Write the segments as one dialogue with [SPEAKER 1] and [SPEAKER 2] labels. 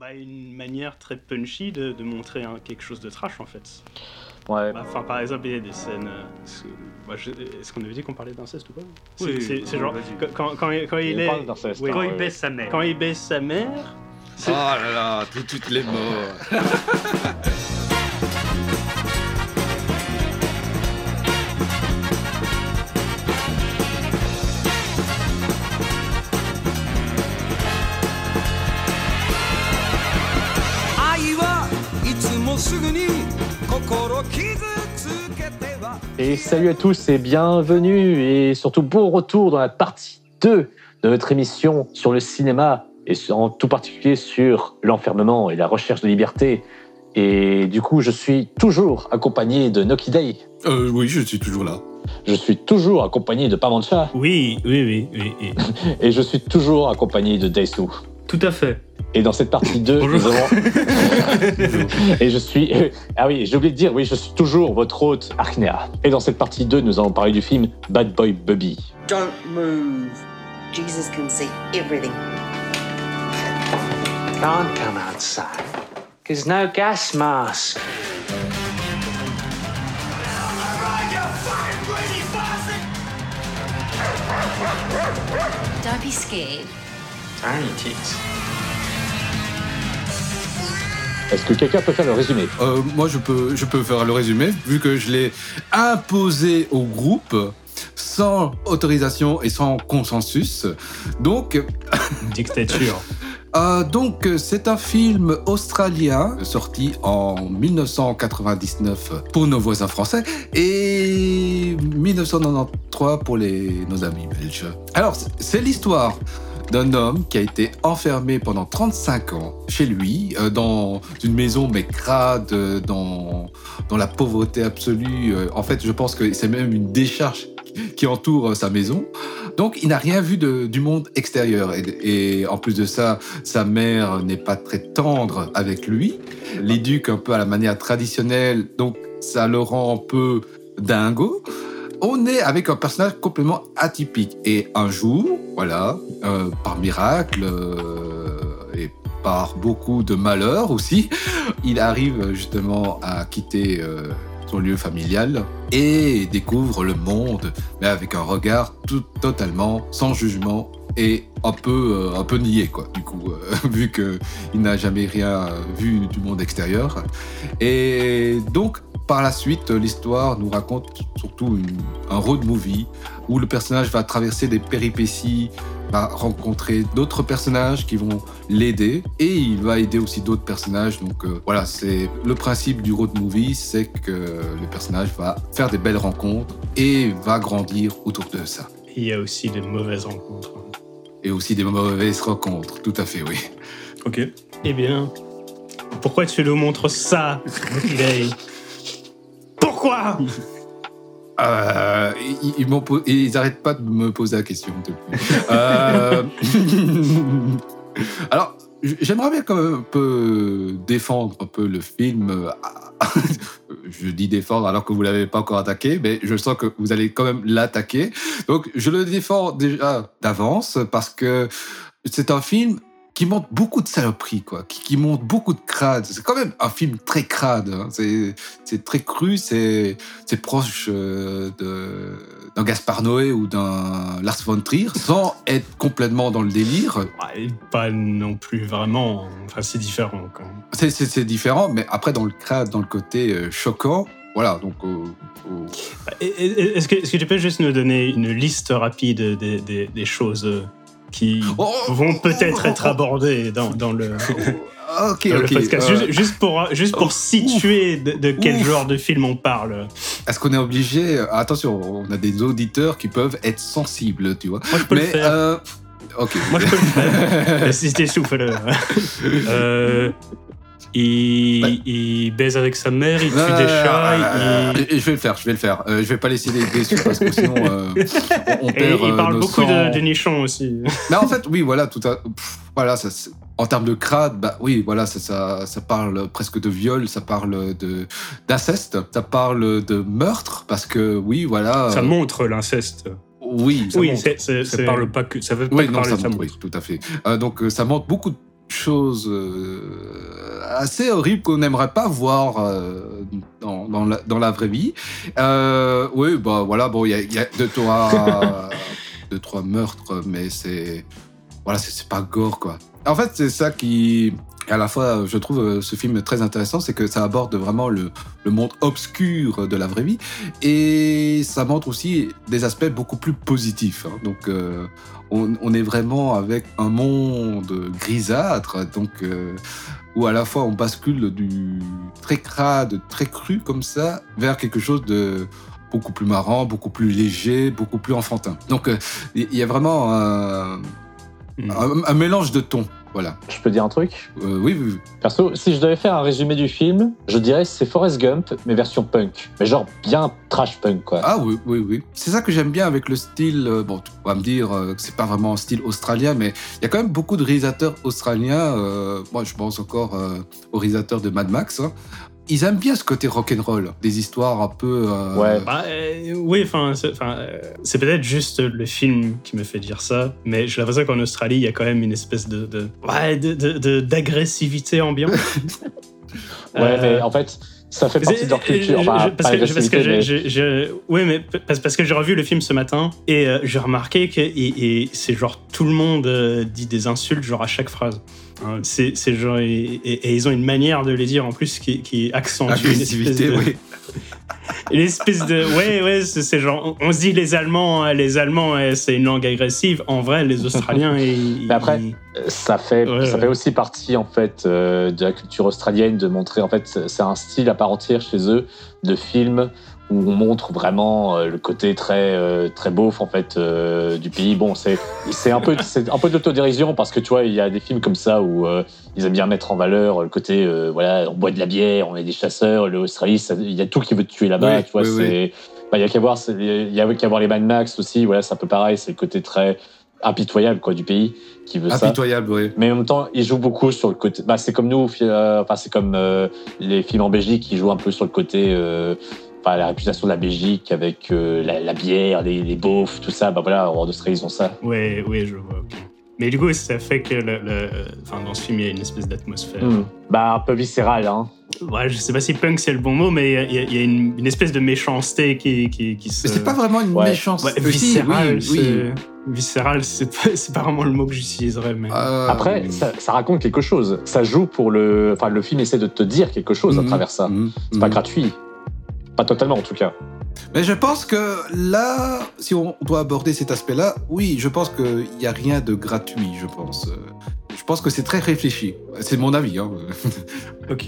[SPEAKER 1] une manière très punchy de montrer quelque chose de trash en fait.
[SPEAKER 2] Ouais.
[SPEAKER 1] Enfin, par exemple, il y a des scènes. Est-ce qu'on avait dit qu'on parlait d'inceste ou pas?
[SPEAKER 3] Oui,
[SPEAKER 1] c'est genre quand il est.
[SPEAKER 2] Parle d'inceste,
[SPEAKER 1] Oui,
[SPEAKER 3] Quand il baisse sa mère.
[SPEAKER 1] Quand il baisse sa mère.
[SPEAKER 4] Oh là là, toutes les morts.
[SPEAKER 2] Et salut à tous et bienvenue et surtout bon retour dans la partie 2 de notre émission sur le cinéma et en tout particulier sur l'enfermement et la recherche de liberté. Et du coup, je suis toujours accompagné de Noki Day.
[SPEAKER 4] Oui, je suis toujours là.
[SPEAKER 2] Je suis toujours accompagné de Pamancha.
[SPEAKER 3] Oui.
[SPEAKER 2] Et je suis toujours accompagné de Daisu.
[SPEAKER 3] Tout à fait.
[SPEAKER 2] Et dans cette partie 2, nous avons... Et je suis... Ah oui, j'ai oublié de dire, oui, je suis toujours votre hôte, Archnea. Et dans cette partie 2, nous allons parler du film Bad Boy Bubby.
[SPEAKER 5] Don't move.
[SPEAKER 6] Jesus can see everything.
[SPEAKER 7] Can't come outside. There's no gas mask.
[SPEAKER 6] Don't be scared.
[SPEAKER 7] Tiny tits.
[SPEAKER 2] Est-ce que quelqu'un peut faire le résumé?
[SPEAKER 4] Moi, je peux faire le résumé, vu que je l'ai imposé au groupe sans autorisation et sans consensus. Donc,
[SPEAKER 3] Dictature.
[SPEAKER 4] donc, c'est un film australien sorti en 1999 pour nos voisins français et 1993 pour nos amis belges. Alors, c'est l'histoire d'un homme qui a été enfermé pendant 35 ans chez lui, dans une maison mais crade, dans la pauvreté absolue. En fait, je pense que c'est même une décharge qui entoure sa maison. Donc, il n'a rien vu du monde extérieur. Et en plus de ça, sa mère n'est pas très tendre avec lui. L'éduque un peu à la manière traditionnelle, donc ça le rend un peu dingo. On est avec un personnage complètement atypique. Et un jour, voilà, par miracle et par beaucoup de malheur aussi, il arrive justement à quitter son lieu familial et découvre le monde, mais avec un regard totalement sans jugement et un peu niais, quoi, du coup, vu qu'il n'a jamais rien vu du monde extérieur. Et donc, par la suite, l'histoire nous raconte surtout un road movie où le personnage va traverser des péripéties, va rencontrer d'autres personnages qui vont l'aider et il va aider aussi d'autres personnages. Donc voilà, c'est le principe du road movie, c'est que le personnage va faire des belles rencontres et va grandir autour de ça.
[SPEAKER 1] Il y a aussi de mauvaises rencontres.
[SPEAKER 4] Et aussi des mauvaises rencontres, tout à fait, oui.
[SPEAKER 3] Ok.
[SPEAKER 1] Eh bien, pourquoi tu nous montres ça, Day? Pourquoi?
[SPEAKER 4] Ils n'arrêtent pas de me poser la question depuis. Alors, j'aimerais bien quand même un peu défendre un peu le film. Je dis défendre alors que vous ne l'avez pas encore attaqué, mais je sens que vous allez quand même l'attaquer. Donc, je le défends déjà d'avance parce que c'est un film qui montre beaucoup de saloperies, quoi, qui montre beaucoup de crade. C'est quand même un film très crade, hein. C'est très cru, c'est proche d'un Gaspard Noé ou d'un Lars von Trier, sans être complètement dans le délire.
[SPEAKER 1] Ouais, pas non plus vraiment. Enfin, c'est différent quand même.
[SPEAKER 4] C'est différent, mais après, dans le crade, dans le côté choquant, voilà, donc...
[SPEAKER 1] Est-ce que tu peux juste nous donner une liste rapide des choses qui vont peut-être être abordées dans le...
[SPEAKER 4] Ok.
[SPEAKER 1] Podcast. Juste pour situer de quel genre de film on parle.
[SPEAKER 4] Est-ce qu'on est obligé... Attention, on a des auditeurs qui peuvent être sensibles, tu vois.
[SPEAKER 1] Moi, je peux le faire.
[SPEAKER 4] Ok.
[SPEAKER 1] Moi, je peux le faire. Si t'es souffle. Il baise avec sa mère, il tue des chats.
[SPEAKER 4] Je vais le faire. Je vais pas laisser les déçus parce que sinon on perd.
[SPEAKER 1] Et il parle beaucoup
[SPEAKER 4] sang.
[SPEAKER 1] de nichons aussi.
[SPEAKER 4] Mais en fait, oui, voilà, voilà, ça, en termes de crade, bah oui, voilà, ça parle presque de viol, ça parle d'inceste, ça parle de meurtre parce que oui, voilà.
[SPEAKER 1] Ça montre l'inceste.
[SPEAKER 4] Oui,
[SPEAKER 1] ça parle pas que ça veut pas parler de ça.
[SPEAKER 4] Oui, tout à fait. Donc ça montre beaucoup de choses assez horribles qu'on n'aimerait pas voir dans la vraie vie. Oui, bah voilà, bon, il y a deux, trois meurtres, mais c'est pas gore, quoi. En fait, c'est ça qui, à la fois, je trouve ce film très intéressant, c'est que ça aborde vraiment le monde obscur de la vraie vie, et ça montre aussi des aspects beaucoup plus positifs. Hein. Donc, on est vraiment avec un monde grisâtre, donc où à la fois on bascule du très crade, très cru comme ça, vers quelque chose de beaucoup plus marrant, beaucoup plus léger, beaucoup plus enfantin. Donc, il y a vraiment un mélange de tons, voilà.
[SPEAKER 2] Je peux dire un truc ?
[SPEAKER 4] Oui.
[SPEAKER 2] Perso, si je devais faire un résumé du film, je dirais que c'est Forrest Gump, mais version punk. Mais genre bien trash punk, quoi.
[SPEAKER 4] Ah oui. C'est ça que j'aime bien avec le style... bon, tu vas me dire que c'est pas vraiment un style australien, mais il y a quand même beaucoup de réalisateurs australiens. Moi, je pense encore aux réalisateurs de Mad Max, hein. Ils aiment bien ce côté rock'n'roll, des histoires un peu...
[SPEAKER 1] Ouais. Oui, c'est peut-être juste le film qui me fait dire ça, mais j'ai l'impression qu'en Australie, il y a quand même une espèce d'agressivité ambiante.
[SPEAKER 2] Ouais, mais en fait, ça fait partie de leur culture.
[SPEAKER 1] Parce que j'ai revu le film ce matin et j'ai remarqué que c'est genre tout le monde dit des insultes genre à chaque phrase. C'est genre et ils ont une manière de les dire en plus qui accentue une espèce de...
[SPEAKER 4] oui.
[SPEAKER 1] Une espèce de... c'est genre... On se dit les Allemands, c'est une langue agressive. En vrai, les Australiens...
[SPEAKER 2] Mais après, ça fait aussi partie, en fait, de la culture australienne de montrer... En fait, c'est un style à part entière chez eux de films où on montre vraiment le côté très beauf, en fait, du pays. Bon, c'est un peu d'autodérision parce que, tu vois, il y a des films comme ça où ils aiment bien mettre en valeur le côté, on boit de la bière, on est des chasseurs, l'Australie, il y a tout qui veut te tuer là-bas,
[SPEAKER 4] oui,
[SPEAKER 2] tu vois,
[SPEAKER 4] oui.
[SPEAKER 2] Il y a qu'à voir les Mad Max aussi, voilà, c'est un peu pareil, c'est le côté très impitoyable, quoi, du pays qui veut ça.
[SPEAKER 4] Impitoyable, oui.
[SPEAKER 2] Mais en même temps, ils jouent beaucoup sur le côté... c'est comme nous, c'est comme les films en Belgique qui jouent un peu sur le côté... la réputation de la Belgique avec la bière, les beaufs, tout ça, en Australie, ils ont ça.
[SPEAKER 1] Oui, je vois, ok. Mais du coup, ça fait que dans ce film, il y a une espèce d'atmosphère.
[SPEAKER 2] Un peu viscérale, hein.
[SPEAKER 1] Ouais, je sais pas si punk c'est le bon mot, mais il y a une espèce de méchanceté qui se...
[SPEAKER 4] Mais c'est pas vraiment une méchanceté.
[SPEAKER 1] Ouais, viscérale,
[SPEAKER 4] oui.
[SPEAKER 1] Viscéral, c'est pas vraiment le mot que j'utiliserais. Mais...
[SPEAKER 2] Après, ça raconte quelque chose. Ça joue pour le film essaie de te dire quelque chose à travers ça. C'est pas gratuit. Pas totalement, en tout cas.
[SPEAKER 4] Mais je pense que là, si on doit aborder cet aspect-là, oui, je pense qu'il n'y a rien de gratuit, je pense. Je pense que c'est très réfléchi. C'est mon avis. Hein.
[SPEAKER 1] Ok.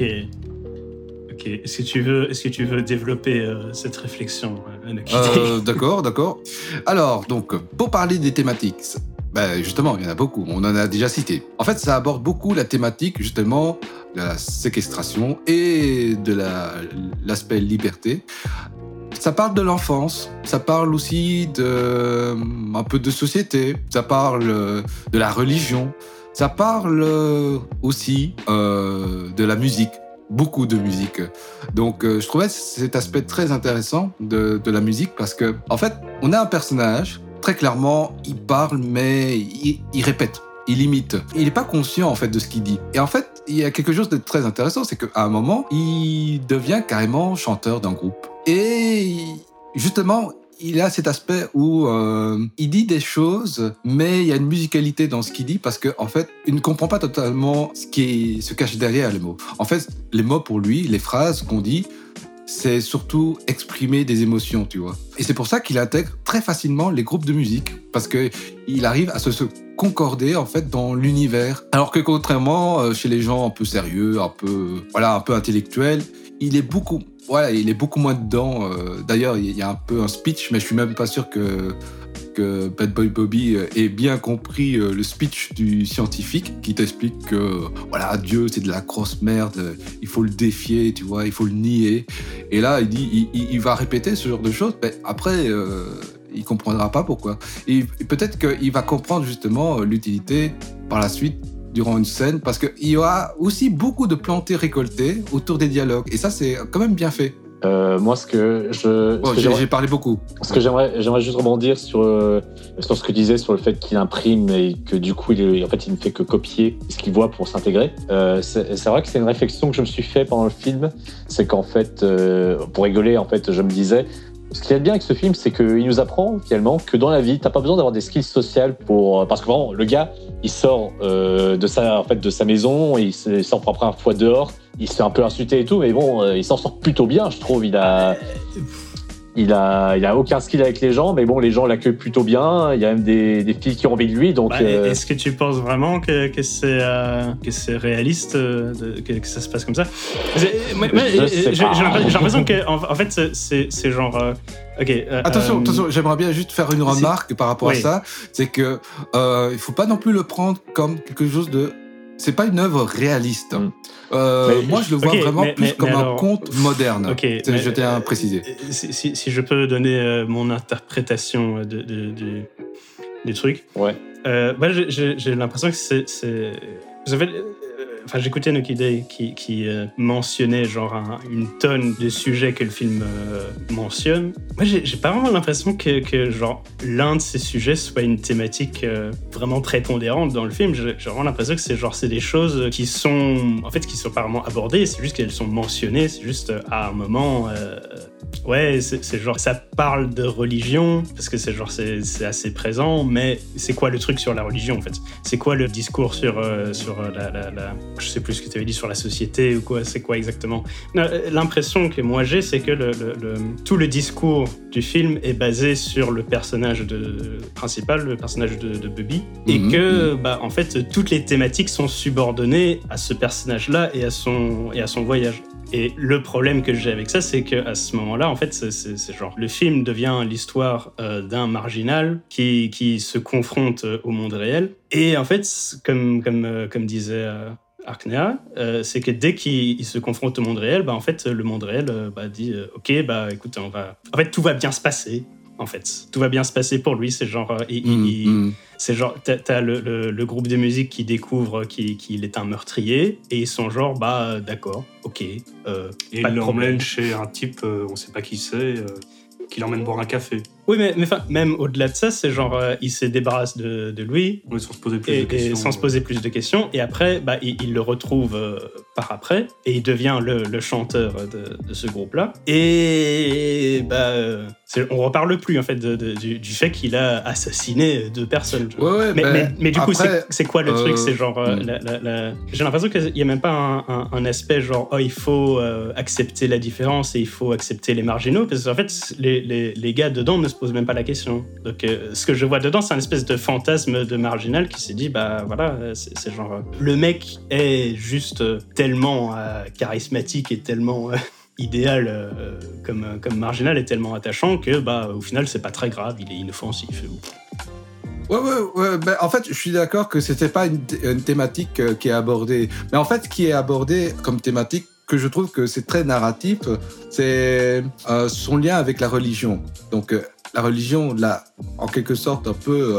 [SPEAKER 1] Est-ce que tu veux développer cette réflexion,
[SPEAKER 4] D'accord. Alors, donc, pour parler des thématiques, justement, il y en a beaucoup. On en a déjà cité. En fait, ça aborde beaucoup la thématique, justement, de la séquestration et de l'aspect liberté. Ça parle de l'enfance, ça parle aussi un peu de société, ça parle de la religion, ça parle aussi de la musique, beaucoup de musique. Donc je trouvais cet aspect très intéressant de la musique parce que, en fait, on a un personnage, très clairement, il parle mais il répète. Il imite. Il n'est pas conscient, en fait, de ce qu'il dit. Et en fait, il y a quelque chose de très intéressant, c'est qu'à un moment, il devient carrément chanteur d'un groupe. Et justement, il a cet aspect où il dit des choses, mais il y a une musicalité dans ce qu'il dit parce qu'en fait, il ne comprend pas totalement ce qui se cache derrière les mots. En fait, les mots pour lui, les phrases qu'on dit, c'est surtout exprimer des émotions, tu vois. Et c'est pour ça qu'il intègre très facilement les groupes de musique, parce qu'il arrive à se concorder, en fait, dans l'univers. Alors que contrairement, chez les gens un peu sérieux, un peu intellectuels, il est beaucoup moins dedans. D'ailleurs, il y a un peu un speech, mais je suis même pas sûr que Bad Boy Bobby ait bien compris le speech du scientifique qui t'explique que Dieu c'est de la grosse merde, il faut le défier, tu vois, il faut le nier. Et là il va répéter ce genre de choses, mais après il comprendra pas pourquoi. Et peut-être qu'il va comprendre justement l'utilité par la suite durant une scène, parce qu'il y aura aussi beaucoup de plantés récoltés autour des dialogues, et ça c'est quand même bien fait.
[SPEAKER 2] Moi, ce que
[SPEAKER 4] j'ai parlé beaucoup.
[SPEAKER 2] Ce que j'aimerais juste rebondir sur ce que tu disais sur le fait qu'il imprime et que du coup, il ne fait que copier ce qu'il voit pour s'intégrer. C'est vrai que c'est une réflexion que je me suis fait pendant le film. C'est qu'en fait, pour rigoler, en fait, je me disais, ce qui est bien avec ce film, c'est qu'il nous apprend finalement que dans la vie, t'as pas besoin d'avoir des skills sociales parce que vraiment, le gars, il sort de sa maison, il sort pour la première fois dehors, il se fait un peu insulter et tout, mais bon, il s'en sort plutôt bien, je trouve. Il a aucun skill avec les gens, mais bon, les gens l'accueillent plutôt bien. Il y a même des filles qui ont envie de lui, donc.
[SPEAKER 1] Est-ce que tu penses vraiment que c'est réaliste que ça se passe comme ça? J'ai l'impression que en fait c'est genre.
[SPEAKER 4] Attention, j'aimerais bien juste faire une remarque par rapport à ça, c'est que il faut pas non plus le prendre comme quelque chose de. C'est pas une œuvre réaliste. Moi, je le vois vraiment plus comme un conte moderne. Je tiens à préciser.
[SPEAKER 1] Si je peux donner mon interprétation du truc.
[SPEAKER 2] Ouais.
[SPEAKER 1] Moi, j'ai l'impression que c'est. Vous avez. Enfin, j'écoutais Nuki Day qui mentionnait genre une tonne de sujets que le film mentionne. Moi, j'ai pas vraiment l'impression que genre l'un de ces sujets soit une thématique vraiment prépondérante dans le film. J'ai vraiment l'impression que c'est des choses qui sont pas vraiment abordées. C'est juste qu'elles sont mentionnées. C'est juste à un moment. C'est genre ça parle de religion parce que c'est assez présent. Mais c'est quoi le truc sur la religion en fait? C'est quoi le discours sur la je sais plus ce que tu avais dit sur la société ou quoi, c'est quoi exactement. L'impression que moi j'ai, c'est que tout le discours du film est basé sur le personnage principal, le personnage de Bubby, et que en fait toutes les thématiques sont subordonnées à ce personnage-là et à son voyage. Et le problème que j'ai avec ça, c'est qu'à ce moment-là, en fait, c'est genre le film devient l'histoire d'un marginal qui se confronte au monde réel. Et en fait, comme disait Arcnea, c'est que dès qu'il se confronte au monde réel, en fait, le monde réel dit ok, écoute, en fait, tout va bien se passer. En fait, tout va bien se passer pour lui. C'est genre, c'est genre, t'as le groupe de musique qui découvre qu'il est un meurtrier et ils sont genre, d'accord, ok.
[SPEAKER 3] Et il l'emmène chez un type, on sait pas qui c'est, qui l'emmène boire un café.
[SPEAKER 1] Oui, mais même au-delà de ça, c'est genre, il se débarrasse de lui.
[SPEAKER 3] Oui, sans se poser plus de questions.
[SPEAKER 1] Sans se poser plus de questions. Et après, il le retrouve par après. Et il devient le chanteur de ce groupe-là. Et on reparle plus, en fait, du fait qu'il a assassiné 2 personnes. Mais du coup, après, c'est quoi le truc? C'est genre, j'ai l'impression qu'il n'y a même pas un aspect genre, il faut accepter la différence et il faut accepter les marginaux. Parce qu'en fait, les gars dedans ne se pose même pas la question. Donc, ce que je vois dedans, c'est un espèce de fantasme de marginal qui s'est dit, c'est genre, le mec est juste tellement charismatique et tellement idéal comme marginal et tellement attachant que, au final, c'est pas très grave, il est inoffensif.
[SPEAKER 4] Ouais. En fait, je suis d'accord que c'était pas une thématique qui est abordée. Mais en fait, ce qui est abordé comme thématique, que je trouve que c'est très narratif, c'est son lien avec la religion. Donc, la religion l'a, en quelque sorte, un peu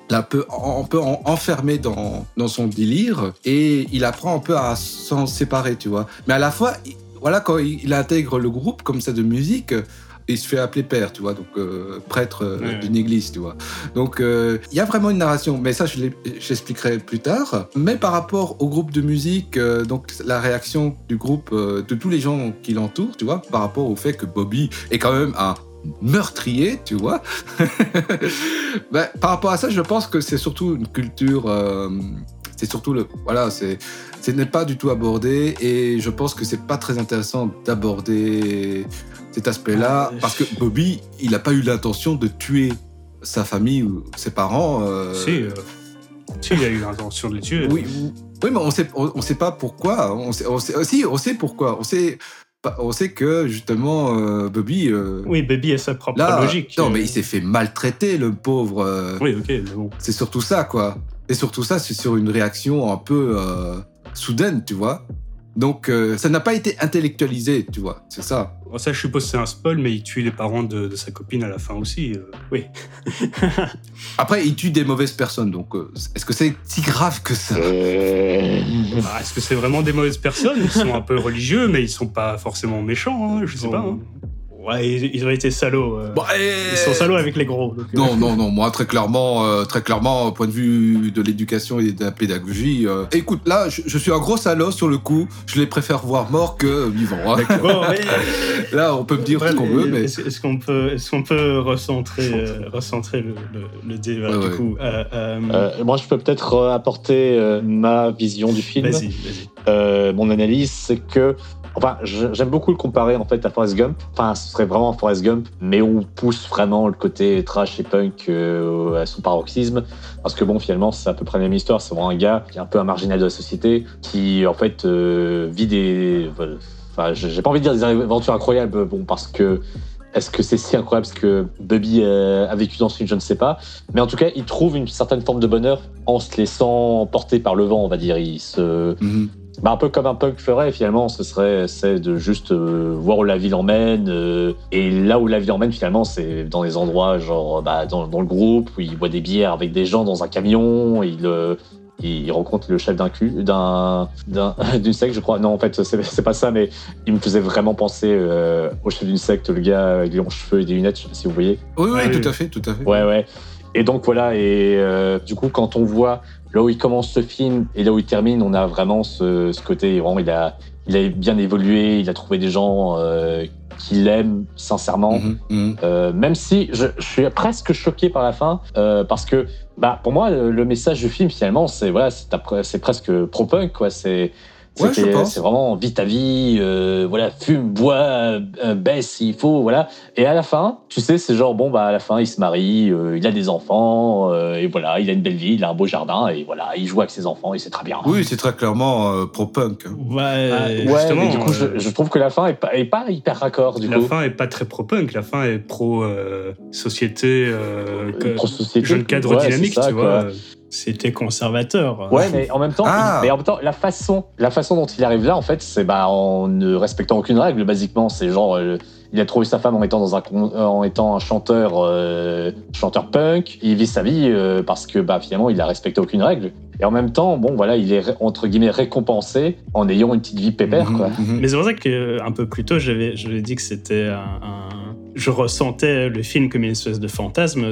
[SPEAKER 4] enfermé dans son délire, et il apprend un peu à s'en séparer, tu vois. Mais à la fois, quand il intègre le groupe comme ça de musique, il se fait appeler père, tu vois, donc prêtre d'une église, tu vois. Donc, il y a vraiment une narration, mais ça, j'expliquerai plus tard. Mais par rapport au groupe de musique, donc la réaction du groupe, de tous les gens qui l'entourent, tu vois, par rapport au fait que Bobby est quand même un meurtrier, tu vois. Par rapport à ça, je pense que c'est surtout une culture... c'est surtout ce n'est pas du tout abordé, et je pense que c'est pas très intéressant d'aborder cet aspect-là, parce que Bobby, il n'a pas eu l'intention de tuer sa famille ou ses parents.
[SPEAKER 3] Si, il a eu l'intention de les tuer.
[SPEAKER 4] Oui, mais on sait pas pourquoi. On sait pourquoi. On sait que, justement, Bobby...
[SPEAKER 1] Oui, Bobby a sa propre logique.
[SPEAKER 4] Non, mais il s'est fait maltraiter, le pauvre.
[SPEAKER 3] Oui, ok, mais bon.
[SPEAKER 4] C'est surtout ça, quoi. Et surtout ça, c'est sur une réaction un peu soudaine, tu vois. Donc, ça n'a pas été intellectualisé, tu vois, c'est ça.
[SPEAKER 3] Bon, ça, je suppose que c'est un spoil, mais il tue les parents de sa copine à la fin aussi.
[SPEAKER 1] Oui.
[SPEAKER 4] Après, il tue des mauvaises personnes, donc est-ce que c'est si grave que ça?
[SPEAKER 3] Est-ce que c'est vraiment des mauvaises personnes? Ils sont un peu religieux, mais ils sont pas forcement méchants, hein, je sais pas. Hein.
[SPEAKER 1] Ouais, ils ont été salauds. Ils sont salauds avec les gros. Donc,
[SPEAKER 4] Non, moi, très clairement, au point de vue de l'éducation et de la pédagogie, écoute, là, je suis un gros salaud sur le coup, je les préfère voir morts que vivants. Hein.
[SPEAKER 1] Bon, mais...
[SPEAKER 4] Là, on peut me dire ce qu'on veut, mais...
[SPEAKER 1] Est-ce qu'on peut recentrer le débat, du coup
[SPEAKER 2] Moi, je peux peut-être apporter ma vision du film.
[SPEAKER 1] Vas-y.
[SPEAKER 2] Mon analyse, c'est que... Enfin, j'aime beaucoup le comparer en fait à Forrest Gump. Enfin, ce serait vraiment Forrest Gump, mais on pousse vraiment le côté trash et punk à son paroxysme. Parce que bon, finalement, c'est à peu près la même histoire. C'est vraiment un gars qui est un peu un marginal de la société, qui en fait vit des... Enfin, j'ai pas envie de dire des aventures incroyables, bon, parce que... Est-ce que c'est si incroyable ce que Bubby a vécu dans ce film? Je ne sais pas. Mais en tout cas, il trouve une certaine forme de bonheur en se laissant porter par le vent, on va dire. Il se... un peu comme un punk ferait, finalement, c'est de juste voir où la vie l'emmène. Et là où la vie l'emmène, finalement, c'est dans des endroits, genre dans le groupe, où il boit des bières avec des gens dans un camion. Il rencontre le chef d'une secte, je crois. Non, en fait, c'est pas ça, mais il me faisait vraiment penser au chef d'une secte, le gars avec les longs cheveux et des lunettes, je sais pas si vous voyez.
[SPEAKER 4] Oui, tout à fait.
[SPEAKER 2] Ouais. Et donc, voilà, et du coup, quand on voit là où il commence ce film et là où il termine, on a vraiment ce côté, vraiment, il a bien évolué, il a trouvé des gens qui l'aiment sincèrement. Même si je suis presque choqué par la fin, parce que pour moi, le message du film, finalement, c'est presque pro-punk, quoi. C'est vraiment vis ta vie, fume, bois, baisse s'il faut, voilà. Et à la fin, tu sais, c'est genre, à la fin, il se marie, il a des enfants, et voilà, il a une belle vie, il a un beau jardin, et voilà, il joue avec ses enfants, et c'est très bien.
[SPEAKER 4] Oui, c'est très clairement pro-punk.
[SPEAKER 1] Ouais,
[SPEAKER 2] justement. Mais du coup, je trouve que la fin est pas hyper raccord, du coup.
[SPEAKER 3] La fin est pas très pro-punk, la fin est pro-société, jeune cadre dynamique,
[SPEAKER 2] ça,
[SPEAKER 3] tu vois.
[SPEAKER 1] C'était conservateur.
[SPEAKER 2] Ouais, mais en même temps, la façon dont il arrive là, en fait, c'est en ne respectant aucune règle. Basiquement, c'est genre, il a trouvé sa femme en étant un chanteur punk. Il vit sa vie parce que finalement, il a respecté aucune règle. Et en même temps, il est entre guillemets récompensé en ayant une petite vie pépère, quoi.
[SPEAKER 1] Mais c'est pour ça que un peu plus tôt, j'avais dit que c'était je ressentais le film comme une espèce de fantasme.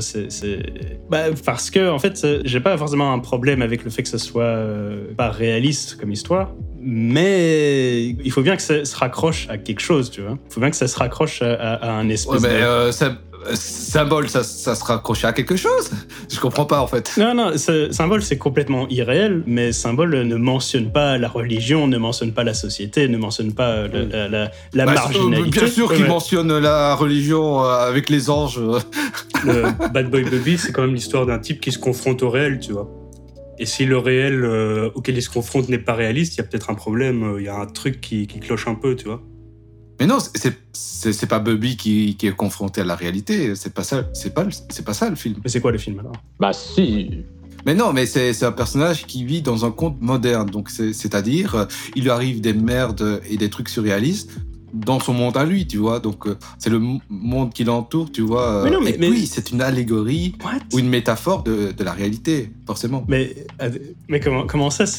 [SPEAKER 1] Parce que en fait, j'ai pas forcément un problème avec le fait que ce soit pas réaliste comme histoire, mais il faut bien que ça se raccroche à quelque chose, tu vois. Il faut bien que ça se raccroche à un espèce
[SPEAKER 4] Symbole, ça se raccroche à quelque chose? Je comprends pas, en fait.
[SPEAKER 1] Non, Symbole, c'est complètement irréel, mais Symbole ne mentionne pas la religion, ne mentionne pas la société, ne mentionne pas la marginalité.
[SPEAKER 4] Bien sûr qu'il mentionne la religion avec les anges.
[SPEAKER 3] Le Bad Boy Bubby, c'est quand même l'histoire d'un type qui se confronte au réel, tu vois. Et si le réel auquel il se confronte n'est pas réaliste, il y a peut-être un problème, il y a un truc qui cloche un peu, tu vois.
[SPEAKER 4] Mais non, c'est pas Bubby qui est confronté à la réalité. C'est pas ça le film.
[SPEAKER 1] Mais c'est quoi le film alors?
[SPEAKER 2] Si.
[SPEAKER 4] Mais non, mais c'est un personnage qui vit dans un conte moderne. Donc c'est-à-dire, il lui arrive des merdes et des trucs surréalistes dans son monde à lui, tu vois. Donc c'est le monde qui l'entoure, tu vois.
[SPEAKER 1] Mais non,
[SPEAKER 4] oui, c'est une allégorie
[SPEAKER 1] ou
[SPEAKER 4] une métaphore de la réalité, forcément.
[SPEAKER 1] Mais comment ça,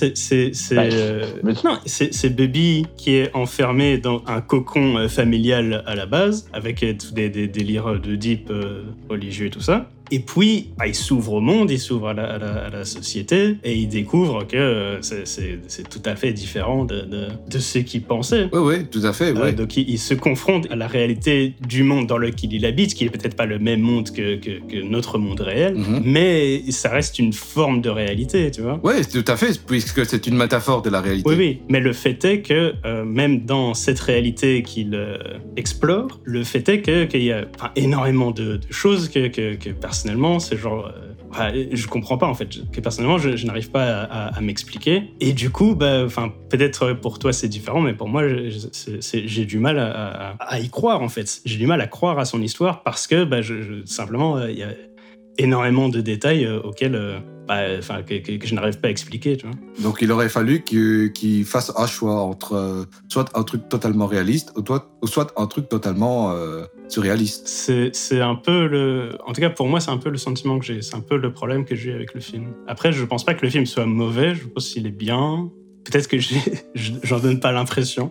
[SPEAKER 1] non, c'est Bubby qui est enfermé dans un cocon familial à la base, avec tous des délires de deep religieux et tout ça. Et puis, il s'ouvre au monde, il s'ouvre à la société, et il découvre que c'est tout à fait différent de ce qu'il pensait.
[SPEAKER 4] Oui, tout à fait. Ouais.
[SPEAKER 1] Donc, il se confronte à la réalité du monde dans lequel il habite, qui est peut-être pas le même monde que notre monde réel, mais ça reste une forme de réalité, tu vois.
[SPEAKER 4] Oui, tout à fait, puisque c'est une métaphore de la réalité.
[SPEAKER 1] Oui, mais le fait est que, même dans cette réalité qu'il explore, le fait est qu'il y a énormément de choses que personnellement, c'est genre... je comprends pas, en fait. Que personnellement, je n'arrive pas à m'expliquer. Et du coup, peut-être pour toi, c'est différent, mais pour moi, j'ai du mal à y croire, en fait. J'ai du mal à croire à son histoire parce que, simplement, il y a énormément de détails auxquels... que je n'arrive pas à expliquer, tu vois.
[SPEAKER 4] Donc il aurait fallu qu'il fasse un choix entre soit un truc totalement réaliste ou soit un truc totalement surréaliste.
[SPEAKER 1] C'est un peu en tout cas pour moi, c'est un peu le sentiment que j'ai. C'est un peu le problème que j'ai avec le film. Après, je pense pas que le film soit mauvais. Je pense qu'il est bien. Peut-être que j'en donne pas l'impression.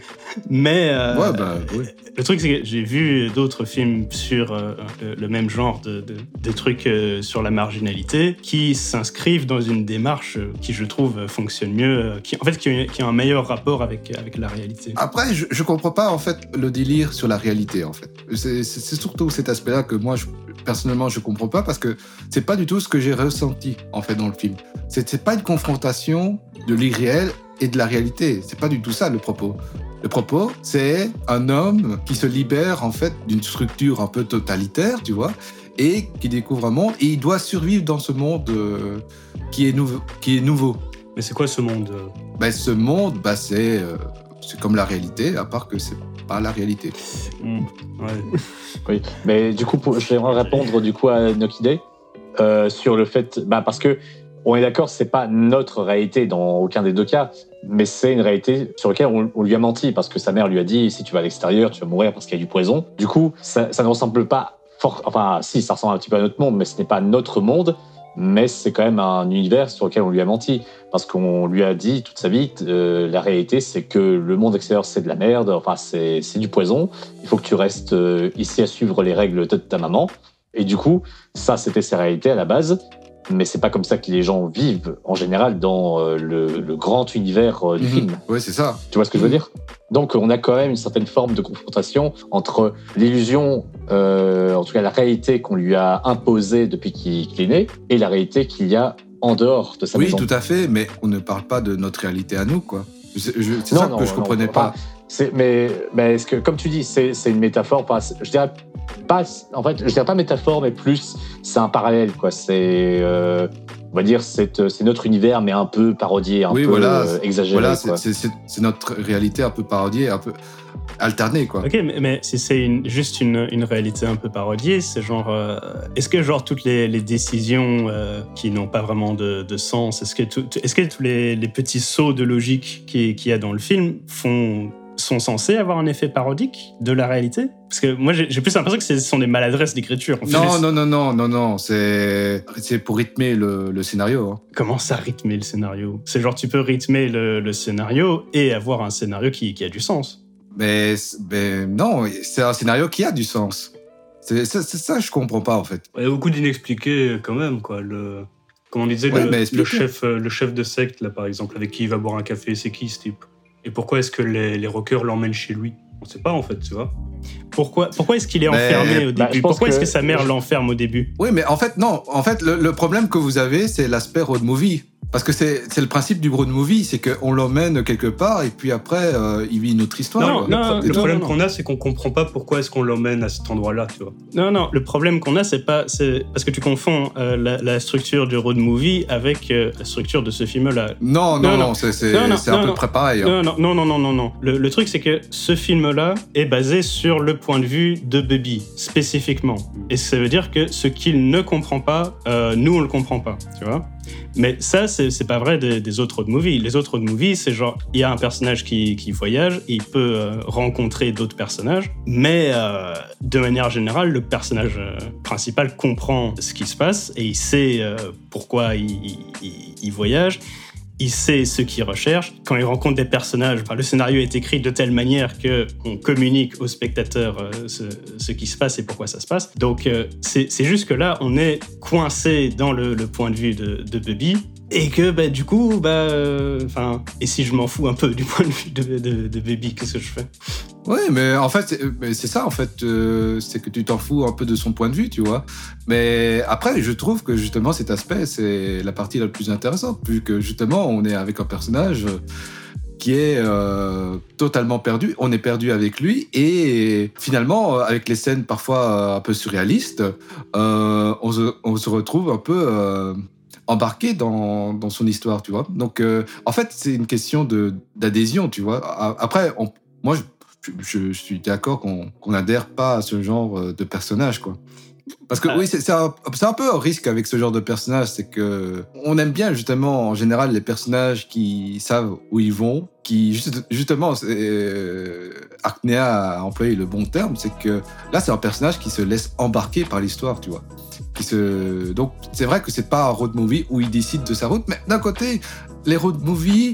[SPEAKER 1] Mais
[SPEAKER 4] oui.
[SPEAKER 1] Le truc, c'est que j'ai vu d'autres films sur le même genre de trucs sur la marginalité qui s'inscrivent dans une démarche qui, je trouve, fonctionne mieux, qui a un meilleur rapport avec la réalité.
[SPEAKER 4] Après, je comprends pas, en fait, le délire sur la réalité, en fait. C'est surtout cet aspect-là que moi, personnellement, je comprends pas parce que c'est pas du tout ce que j'ai ressenti, en fait, dans le film. C'est pas une confrontation de l'irréel et de la réalité. C'est pas du tout ça, le propos. Le propos, c'est un homme qui se libère, en fait, d'une structure un peu totalitaire, tu vois, et qui découvre un monde, et il doit survivre dans ce monde qui est nouveau.
[SPEAKER 3] Mais c'est quoi ce monde
[SPEAKER 4] Ce monde, c'est comme la réalité, à part que c'est pas la réalité.
[SPEAKER 3] Ouais.
[SPEAKER 2] Oui, mais du coup, j'aimerais répondre du coup à Nokide sur le fait, parce que on est d'accord, c'est pas notre réalité dans aucun des deux cas, mais c'est une réalité sur laquelle on lui a menti parce que sa mère lui a dit si tu vas à l'extérieur, tu vas mourir parce qu'il y a du poison. Du coup, ça ne ressemble pas si, ça ressemble un petit peu à notre monde, mais ce n'est pas notre monde. Mais c'est quand même un univers sur lequel on lui a menti parce qu'on lui a dit toute sa vie la réalité c'est que le monde extérieur c'est de la merde, c'est du poison, il faut que tu restes ici à suivre les règles de ta maman. Et du coup ça c'était sa réalité à la base, mais c'est pas comme ça que les gens vivent en général dans le grand univers du film.
[SPEAKER 4] Oui, c'est ça.
[SPEAKER 2] Tu vois ce que je veux dire? Donc on a quand même une certaine forme de confrontation entre l'illusion, en tout cas la réalité qu'on lui a imposée depuis qu'il est né, et la réalité qu'il y a en dehors de sa maison.
[SPEAKER 4] Oui, tout à fait, mais on ne parle pas de notre réalité à nous, quoi. C'est ça que je comprenais pas.
[SPEAKER 2] Mais est-ce que, comme tu dis, c'est une métaphore, je dirais pas métaphore, mais plus c'est un parallèle, quoi. C'est, on va dire, c'est notre univers, mais un peu parodié, un peu exagéré. Voilà,
[SPEAKER 4] c'est notre réalité un peu parodiée, un peu alternée, quoi.
[SPEAKER 1] Ok, mais si c'est juste une réalité un peu parodiée, c'est genre, est-ce que genre toutes les décisions qui n'ont pas vraiment de sens, est-ce que tous les petits sauts de logique qu'il y a dans le film sont censés avoir un effet parodique de la réalité? Parce que moi, j'ai plus l'impression que ce sont des maladresses d'écriture.
[SPEAKER 4] Non, c'est pour rythmer le scénario. Hein.
[SPEAKER 1] Comment ça, rythmer le scénario? C'est genre, tu peux rythmer le scénario et avoir un scénario qui a du sens.
[SPEAKER 4] Mais non, c'est un scénario qui a du sens. C'est ça que je comprends pas, en fait.
[SPEAKER 3] Il y a beaucoup d'inexpliqués, quand même, quoi. Comme on disait, le chef de secte, là, par exemple, avec qui il va boire un café, c'est qui, ce type? Et pourquoi est-ce que les rockers l'emmènent chez lui? On sait pas, en fait, tu vois. Pourquoi est-ce qu'il est enfermé au début? Pourquoi est-ce que sa mère l'enferme au début?
[SPEAKER 4] Oui, mais en fait, non. En fait, le problème que vous avez, c'est l'aspect road movie. Parce que c'est le principe du road movie, c'est qu'on l'emmène quelque part et puis après, il vit une autre histoire.
[SPEAKER 3] Le problème qu'on a, c'est qu'on comprend pas pourquoi est-ce qu'on l'emmène à cet endroit-là, tu vois.
[SPEAKER 1] Non, le problème qu'on a, c'est parce que tu confonds la structure du road movie avec la structure de ce film-là.
[SPEAKER 4] Non, c'est à peu près pareil.
[SPEAKER 1] Hein. Non. Le truc, c'est que ce film-là est basé sur le point de vue de Bubby, spécifiquement. Et ça veut dire que ce qu'il ne comprend pas, nous, on le comprend pas, tu vois. Mais ça, c'est pas vrai des autres road movies. Les autres road movies, c'est genre, il y a un personnage qui voyage, il peut rencontrer d'autres personnages, mais de manière générale, le personnage principal comprend ce qui se passe et il sait pourquoi il voyage. Il sait ce qu'il recherche. Quand il rencontre des personnages, le scénario est écrit de telle manière qu'on communique au spectateur ce qui se passe et pourquoi ça se passe. Donc, c'est juste que là, on est coincé dans le point de vue de Bubby. Et que, du coup, et si je m'en fous un peu du point de vue de Bubby, qu'est-ce que je fais?
[SPEAKER 4] Oui, mais en fait, c'est ça, en fait, c'est que tu t'en fous un peu de son point de vue, tu vois. Mais après, je trouve que justement, cet aspect, c'est la partie la plus intéressante, vu que justement, on est avec un personnage qui est totalement perdu. On est perdu avec lui, et finalement, avec les scènes parfois un peu surréalistes, on se retrouve un peu embarqué dans son histoire, tu vois. Donc, en fait, c'est une question d'adhésion, tu vois. Après, moi, je suis d'accord qu'on n'adhère pas à ce genre de personnage, quoi. Parce que oui, c'est un peu un risque avec ce genre de personnage, c'est que on aime bien justement en général les personnages qui savent où ils vont, qui justement, Arcnea a employé le bon terme, c'est que là c'est un personnage qui se laisse embarquer par l'histoire, tu vois. Donc c'est vrai que c'est pas un road movie où il décide de sa route, mais d'un côté, les road movies,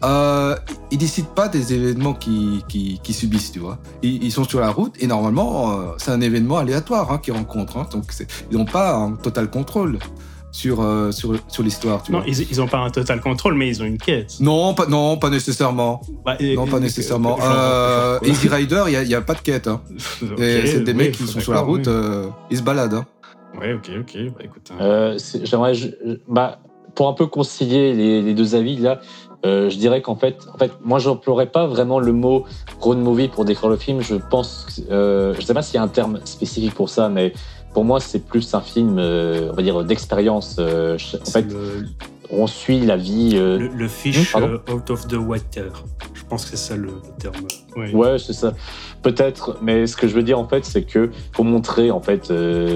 [SPEAKER 4] ils décident pas des événements qui subissent, tu vois. Ils sont sur la route et normalement, c'est un événement aléatoire qu'ils rencontrent. Donc, ils n'ont pas un total contrôle sur l'histoire, tu vois.
[SPEAKER 1] Ils n'ont pas un total contrôle, mais ils ont une quête.
[SPEAKER 4] Non, pas nécessairement. Pas nécessairement. Easy Rider, il n'y a pas de quête. Hein. Okay, c'est des mecs qui sont sur la route, ils se baladent. Hein.
[SPEAKER 1] Ouais, ok. Bah, écoute.
[SPEAKER 2] J'aimerais... pour un peu concilier les deux avis, là, je dirais qu'en fait, moi, je n'emploierais pas vraiment le mot road movie pour décrire le film. Je pense, je sais pas s'il y a un terme spécifique pour ça, mais pour moi, c'est plus un film, on va dire, d'expérience. En fait, on suit la vie.
[SPEAKER 3] Le fish out of the water. Je pense que c'est ça le terme.
[SPEAKER 2] Ouais, c'est ça. Peut-être, mais ce que je veux dire en fait, c'est que faut montrer en fait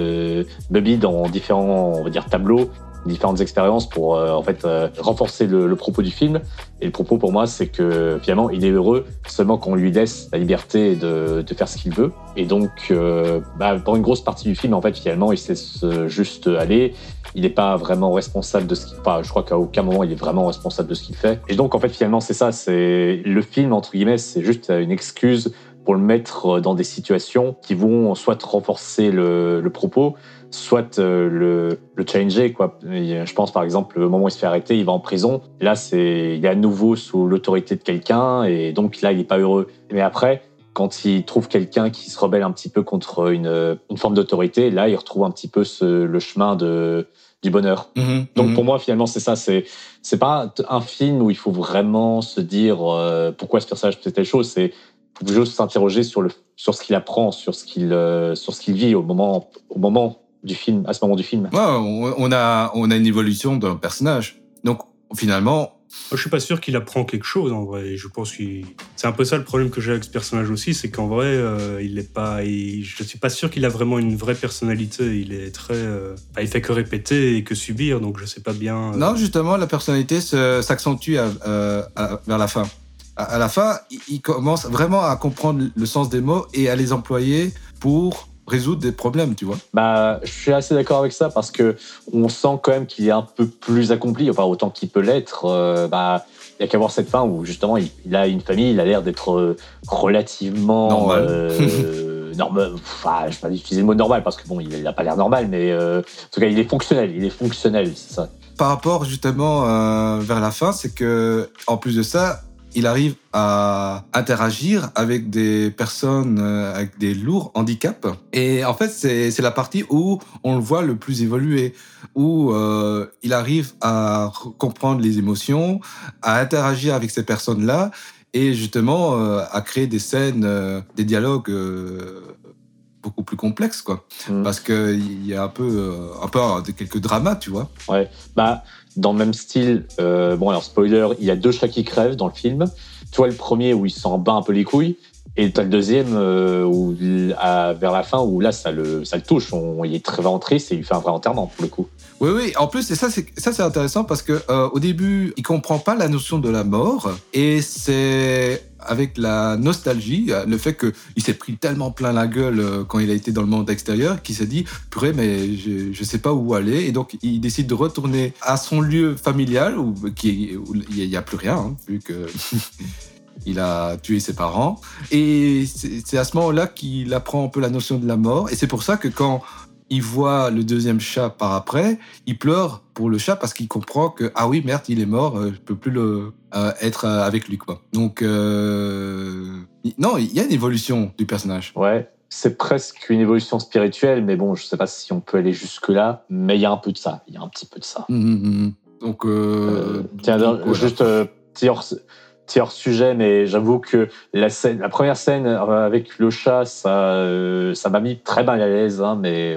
[SPEAKER 2] Bubby dans différents, on va dire, tableaux, différentes expériences pour renforcer le propos du film. Et le propos pour moi, c'est que finalement, il est heureux seulement qu'on lui laisse la liberté de faire ce qu'il veut. Et donc, pour une grosse partie du film, en fait, finalement, il se laisse juste aller. Il n'est pas vraiment responsable de ce qu'il fait. Enfin, je crois qu'à aucun moment, il est vraiment responsable de ce qu'il fait. Et donc, en fait, finalement, c'est ça. C'est le film, entre guillemets, c'est juste une excuse pour le mettre dans des situations qui vont soit renforcer le propos, soit le challenger, quoi. Je pense par exemple au moment où il se fait arrêter, il va en prison. Là, il est à nouveau sous l'autorité de quelqu'un et donc là, il n'est pas heureux. Mais après, quand il trouve quelqu'un qui se rebelle un petit peu contre une forme d'autorité, là, il retrouve un petit peu le chemin du bonheur. Donc pour moi, finalement, c'est ça. C'est pas un film où il faut vraiment se dire pourquoi ce personnage fait telle chose. C'est faut juste s'interroger sur ce qu'il apprend, sur ce qu'il vit au moment du film, à ce moment du film.
[SPEAKER 4] Ouais, on a une évolution d'un personnage. Donc finalement,
[SPEAKER 3] je suis pas sûr qu'il apprend quelque chose en vrai. Je pense que c'est un peu ça le problème que j'ai avec ce personnage aussi, c'est qu'en vrai, je suis pas sûr qu'il a vraiment une vraie personnalité. Il est très, il fait que répéter et que subir, donc je sais pas bien.
[SPEAKER 4] Non, justement, la personnalité s'accentue vers la fin. À la fin, il commence vraiment à comprendre le sens des mots et à les employer pour résoudre des problèmes, tu vois.
[SPEAKER 2] Je suis assez d'accord avec ça parce que on sent quand même qu'il est un peu plus accompli, enfin autant qu'il peut l'être. Il y a qu'à voir cette fin où justement il a une famille, il a l'air d'être relativement normal. Enfin, je vais pas utiliser le mot normal parce que bon, il a pas l'air normal, mais en tout cas, il est fonctionnel, c'est ça.
[SPEAKER 4] Par rapport justement vers la fin, c'est que en plus de ça, il arrive à interagir avec des personnes avec des lourds handicaps. Et en fait, c'est la partie où on le voit le plus évoluer, où il arrive à comprendre les émotions, à interagir avec ces personnes-là et justement à créer des scènes, des dialogues beaucoup plus complexes, quoi. Parce qu'il y a un peu quelques dramas, tu vois.
[SPEAKER 2] Ouais, dans le même style, alors spoiler, il y a 2 chats qui crèvent dans le film. Tu vois le premier où il s'en bat un peu les couilles, et t'as le deuxième vers la fin où là ça le touche. Il est très vraiment triste et il lui fait un vrai enterrement pour le coup.
[SPEAKER 4] Oui. En plus, c'est intéressant parce que au début, il comprend pas la notion de la mort et c'est avec la nostalgie, le fait qu'il s'est pris tellement plein la gueule quand il a été dans le monde extérieur qu'il s'est dit purée, mais je sais pas où aller, et donc il décide de retourner à son lieu familial où il y a plus rien, hein, vu que il a tué ses parents, et c'est à ce moment-là qu'il apprend un peu la notion de la mort, et c'est pour ça que quand il voit le deuxième chat par après, il pleure pour le chat parce qu'il comprend que ah oui, merde, il est mort, je peux plus être avec lui, quoi. Donc non, il y a une évolution du personnage.
[SPEAKER 2] Ouais, c'est presque une évolution spirituelle, mais bon, je sais pas si on peut aller jusque là, mais il y a un peu de ça, il y a un petit peu de ça.
[SPEAKER 4] Donc
[SPEAKER 2] juste petit hors sujet, mais j'avoue que la première scène avec le chat, ça m'a mis très mal à l'aise, hein, mais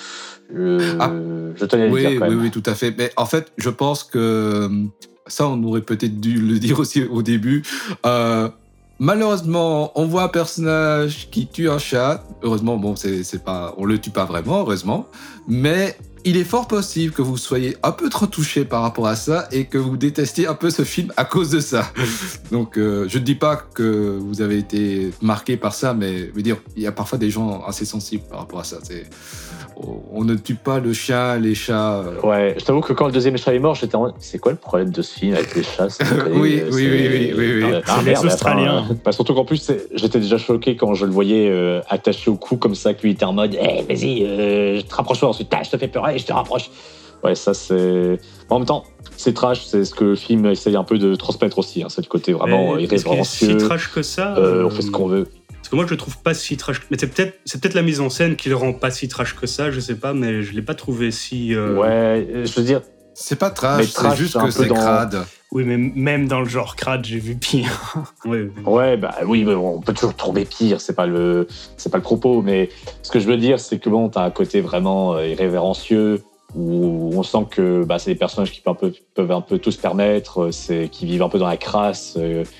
[SPEAKER 2] je tenais à le dire quand même.
[SPEAKER 4] Oui, tout à fait. Mais en fait, je pense que ça, on aurait peut-être dû le dire aussi au début. malheureusement, on voit un personnage qui tue un chat. Heureusement, bon, c'est pas, on le tue pas vraiment, heureusement. Mais il est fort possible que vous soyez un peu trop touché par rapport à ça et que vous détestiez un peu ce film à cause de ça. Donc, je ne dis pas que vous avez été marqué par ça, mais je veux dire, il y a parfois des gens assez sensibles par rapport à ça. On ne tue pas le chien, les chats.
[SPEAKER 2] Ouais, je t'avoue que quand le deuxième chat est mort, j'étais en... C'est quoi le problème de ce film avec les chats?
[SPEAKER 4] Oui.
[SPEAKER 1] C'est les Australiens.
[SPEAKER 2] Surtout qu'en plus, j'étais déjà choqué quand je le voyais attaché au cou comme ça, que lui était en mode hey, vas-y, je te rapproche pas, ensuite je te fais peur et je te rapproche. Ouais, ça c'est... En même temps, c'est trash, c'est ce que le film essaye un peu de transmettre aussi, hein, c'est le côté vraiment irrévérencieux.
[SPEAKER 3] Est-ce qu'il est si trash que ça
[SPEAKER 2] on fait ce qu'on veut.
[SPEAKER 3] Parce que moi, je le trouve pas si trash. Mais c'est peut-être la mise en scène qui le rend pas si trash que ça, je sais pas, mais je l'ai pas trouvé si...
[SPEAKER 2] Ouais, je veux dire...
[SPEAKER 4] C'est pas trash, c'est juste que c'est crade.
[SPEAKER 1] Oui, mais même dans le genre crade, j'ai vu pire.
[SPEAKER 2] Ouais, bah oui, mais on peut toujours trouver pire, c'est pas le propos, mais ce que je veux dire, c'est que bon, t'as un côté vraiment irrévérencieux, où on sent que c'est des personnages qui peuvent un peu tout se permettre, qui vivent un peu dans la crasse,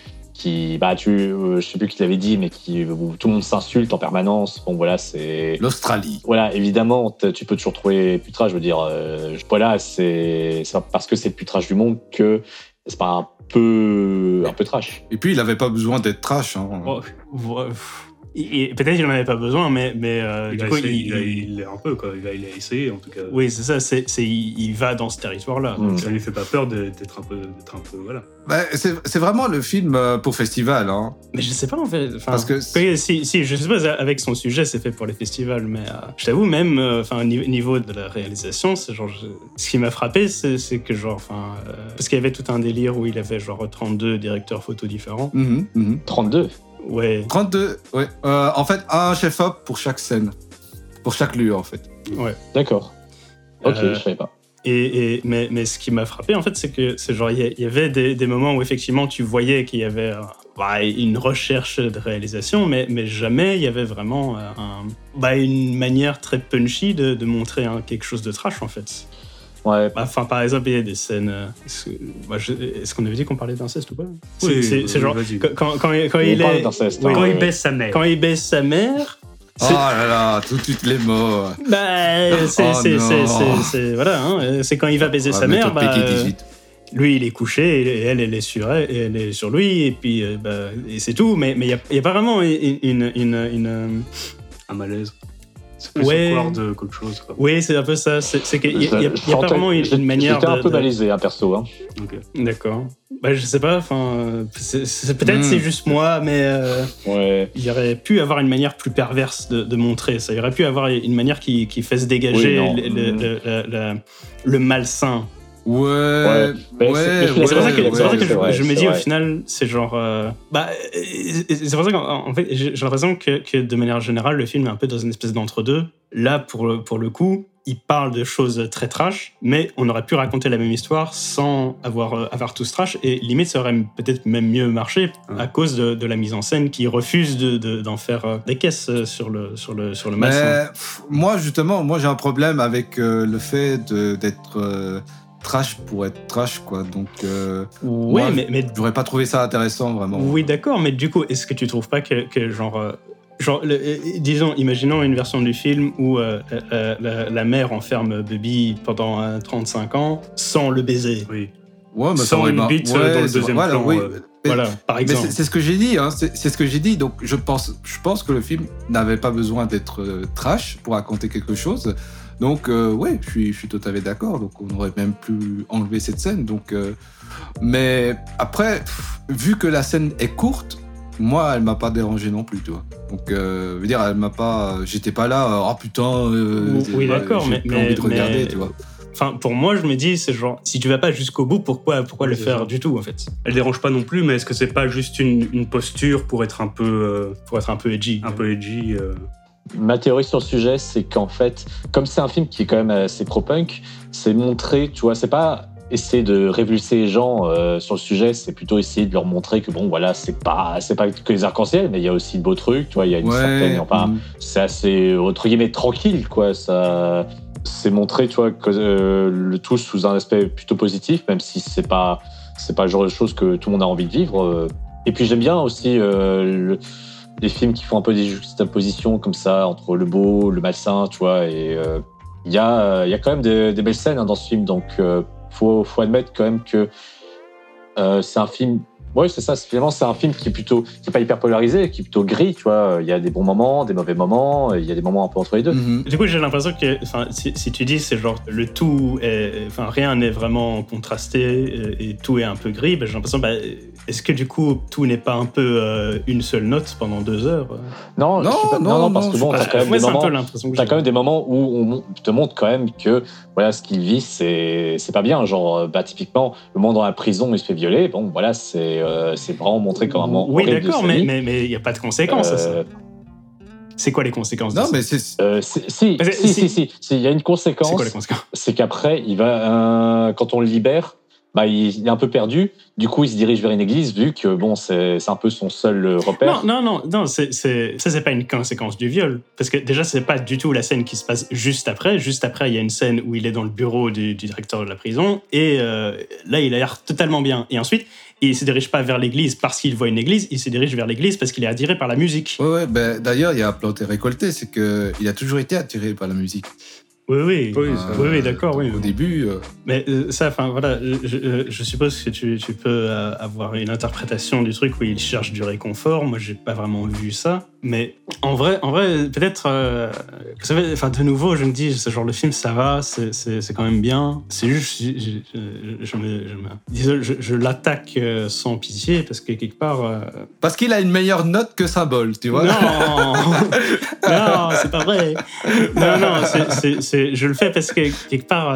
[SPEAKER 2] je sais plus qui l'avait dit, mais où tout le monde s'insulte en permanence. Bon, voilà, c'est...
[SPEAKER 4] L'Australie.
[SPEAKER 2] Voilà, évidemment, tu peux toujours trouver putrage, je veux dire. Voilà, c'est pas parce que c'est le putrage du monde que c'est pas un peu trash.
[SPEAKER 4] Et puis, il avait pas besoin d'être trash. Hein.
[SPEAKER 1] Peut-être qu'il n'en avait pas besoin, mais
[SPEAKER 3] du coup, il est un peu, quoi. Il a essayé, en tout cas.
[SPEAKER 1] Oui, c'est ça. Il va dans ce territoire-là.
[SPEAKER 3] Ça lui fait pas peur d'être un peu voilà.
[SPEAKER 4] C'est vraiment le film pour festival, hein.
[SPEAKER 1] Mais je sais pas, en fait.
[SPEAKER 4] Parce que
[SPEAKER 1] si, je sais pas, avec son sujet, c'est fait pour les festivals, mais je t'avoue, même, au niveau de la réalisation, c'est genre, ce qui m'a frappé, c'est que genre, parce qu'il y avait tout un délire où il avait genre 32 directeurs photos différents.
[SPEAKER 2] 32.
[SPEAKER 1] Ouais.
[SPEAKER 4] 32, ouais. En fait, un chef-op pour chaque scène. Pour chaque lieu, en fait.
[SPEAKER 1] Ouais.
[SPEAKER 2] D'accord. Ok, je savais pas.
[SPEAKER 1] Mais ce qui m'a frappé, en fait, c'est que il y avait des moments où, effectivement, tu voyais qu'il y avait une recherche de réalisation, mais jamais il y avait vraiment une manière très punchy de montrer quelque chose de trash, en fait.
[SPEAKER 2] Ouais.
[SPEAKER 1] Par exemple, il y a des scènes... Est-ce qu'on avait dit qu'on parlait d'inceste ou pas?
[SPEAKER 3] Oui,
[SPEAKER 1] c'est genre... Quand il baisse sa mère. Quand il baisse sa mère...
[SPEAKER 4] Oh là là, tout de suite les mots.
[SPEAKER 1] Voilà, hein, c'est quand il va baiser sa mère, lui il est couché et elle est sur lui et puis et c'est tout. Mais il y a pas vraiment
[SPEAKER 3] un malaise. C'est plus awkward qu'autre chose, quoi.
[SPEAKER 1] Oui, c'est un peu ça. C'est qu'il y a pas vraiment une manière.
[SPEAKER 2] J'étais un peu malaisé, perso. Hein.
[SPEAKER 1] Okay. D'accord. Je sais pas. Peut-être c'est juste moi, mais il y aurait pu avoir une manière plus perverse de montrer ça. Il y aurait pu avoir une manière qui fait se dégager le malsain.
[SPEAKER 4] Ouais.
[SPEAKER 1] C'est pour ça que je me dis au final, c'est genre. C'est pour ça qu'en fait, j'ai l'impression que de manière générale, le film est un peu dans une espèce d'entre-deux. Là, pour le coup, il parle de choses très trash, mais on aurait pu raconter la même histoire sans avoir tout ce trash, et limite, ça aurait peut-être même mieux marché à cause de la mise en scène qui refuse d'en faire des caisses sur le malsain.
[SPEAKER 4] Moi, justement, j'ai un problème avec le fait d'être. Trash pour être trash, quoi. Donc, mais j'aurais pas trouvé ça intéressant, vraiment.
[SPEAKER 1] Oui, d'accord, mais du coup, est-ce que tu trouves pas que disons, imaginons une version du film où la mère enferme Bubby pendant 35 ans sans le baiser.
[SPEAKER 3] Oui.
[SPEAKER 4] Ouais, mais
[SPEAKER 3] sans une bite dans le deuxième plan.
[SPEAKER 4] Oui.
[SPEAKER 1] Voilà, par exemple.
[SPEAKER 4] Mais c'est ce que j'ai dit, hein. C'est ce que j'ai dit. Donc, je pense que le film n'avait pas besoin d'être trash pour raconter quelque chose. Donc, je suis tout à fait d'accord. Donc, on aurait même pu enlever cette scène. Donc, mais après, vu que la scène est courte, moi, elle m'a pas dérangé non plus, tu vois. Donc, veux dire, elle m'a pas... J'étais pas là, oh putain...
[SPEAKER 1] oui, d'accord,
[SPEAKER 4] j'ai plus envie de regarder, tu vois.
[SPEAKER 1] Enfin, pour moi, je me dis, c'est genre, si tu vas pas jusqu'au bout, pourquoi le faire du tout, en fait?
[SPEAKER 3] Elle dérange pas non plus, mais est-ce que c'est pas juste une posture pour être un peu
[SPEAKER 1] edgy?
[SPEAKER 3] Un peu edgy.
[SPEAKER 2] Ma théorie sur le sujet, c'est qu'en fait, comme c'est un film qui est quand même assez pro-punk, c'est montrer, tu vois, c'est pas essayer de révulser les gens sur le sujet, c'est plutôt essayer de leur montrer que bon, voilà, c'est pas que les arcs-en-ciel, mais il y a aussi de beaux trucs, tu vois, il y a une certaine, c'est assez, entre guillemets, tranquille, quoi, ça, c'est montrer, tu vois, que le tout sous un aspect plutôt positif, même si c'est pas le genre de choses que tout le monde a envie de vivre. Et puis j'aime bien aussi les films qui font un peu des juxtapositions comme ça entre le beau, le malsain, tu vois. Et il y a quand même des belles scènes dans ce film, donc faut admettre quand même que c'est un film. Ouais, c'est ça. Finalement, c'est un film qui est pas hyper polarisé, qui est plutôt gris, tu vois. Il y a des bons moments, des mauvais moments, il y a des moments un peu entre les deux.
[SPEAKER 1] Du coup, j'ai l'impression que, si tu dis, c'est genre le tout rien n'est vraiment contrasté et tout est un peu gris, j'ai l'impression, est-ce que du coup, tout n'est pas un peu une seule note pendant 2 heures?
[SPEAKER 2] Non, parce que bon, t'as quand même des moments où on te montre quand même que voilà, ce qu'il vit, c'est pas bien. Genre, typiquement, le moment dans la prison, il se fait violer. Bon, voilà, c'est vraiment montré comme un moment.
[SPEAKER 1] Oui, d'accord, mais il n'y a pas de conséquences à ça. C'est quoi les conséquences de ça?
[SPEAKER 2] Mais si, il y a une conséquence.
[SPEAKER 1] C'est quoi les conséquences?
[SPEAKER 2] C'est qu'après, il va, quand on le libère, il est un peu perdu. Du coup, il se dirige vers une église, vu que bon, c'est un peu son seul repère.
[SPEAKER 1] Non, c'est pas une conséquence du viol, parce que déjà, c'est pas du tout la scène qui se passe juste après. Juste après, il y a une scène où il est dans le bureau du directeur de la prison, et là, il a l'air totalement bien. Et ensuite, il se dirige pas vers l'église parce qu'il voit une église, il se dirige vers l'église parce qu'il est attiré par la musique.
[SPEAKER 4] Ouais, d'ailleurs, il y a planté récolté, c'est que il a toujours été attiré par la musique.
[SPEAKER 1] Oui, d'accord, oui.
[SPEAKER 4] Au début...
[SPEAKER 1] Mais ça, voilà, je suppose que tu peux avoir une interprétation du truc où il cherche du réconfort. Moi, j'ai pas vraiment vu ça. Mais en vrai, peut-être... vous savez, de nouveau, je me dis, ce genre de film, ça va, c'est quand même bien. C'est juste, je l'attaque sans pitié, parce que quelque part...
[SPEAKER 4] Parce qu'il a une meilleure note que Symbole, tu vois.
[SPEAKER 1] Non, c'est pas vrai. Non, je le fais parce que quelque part,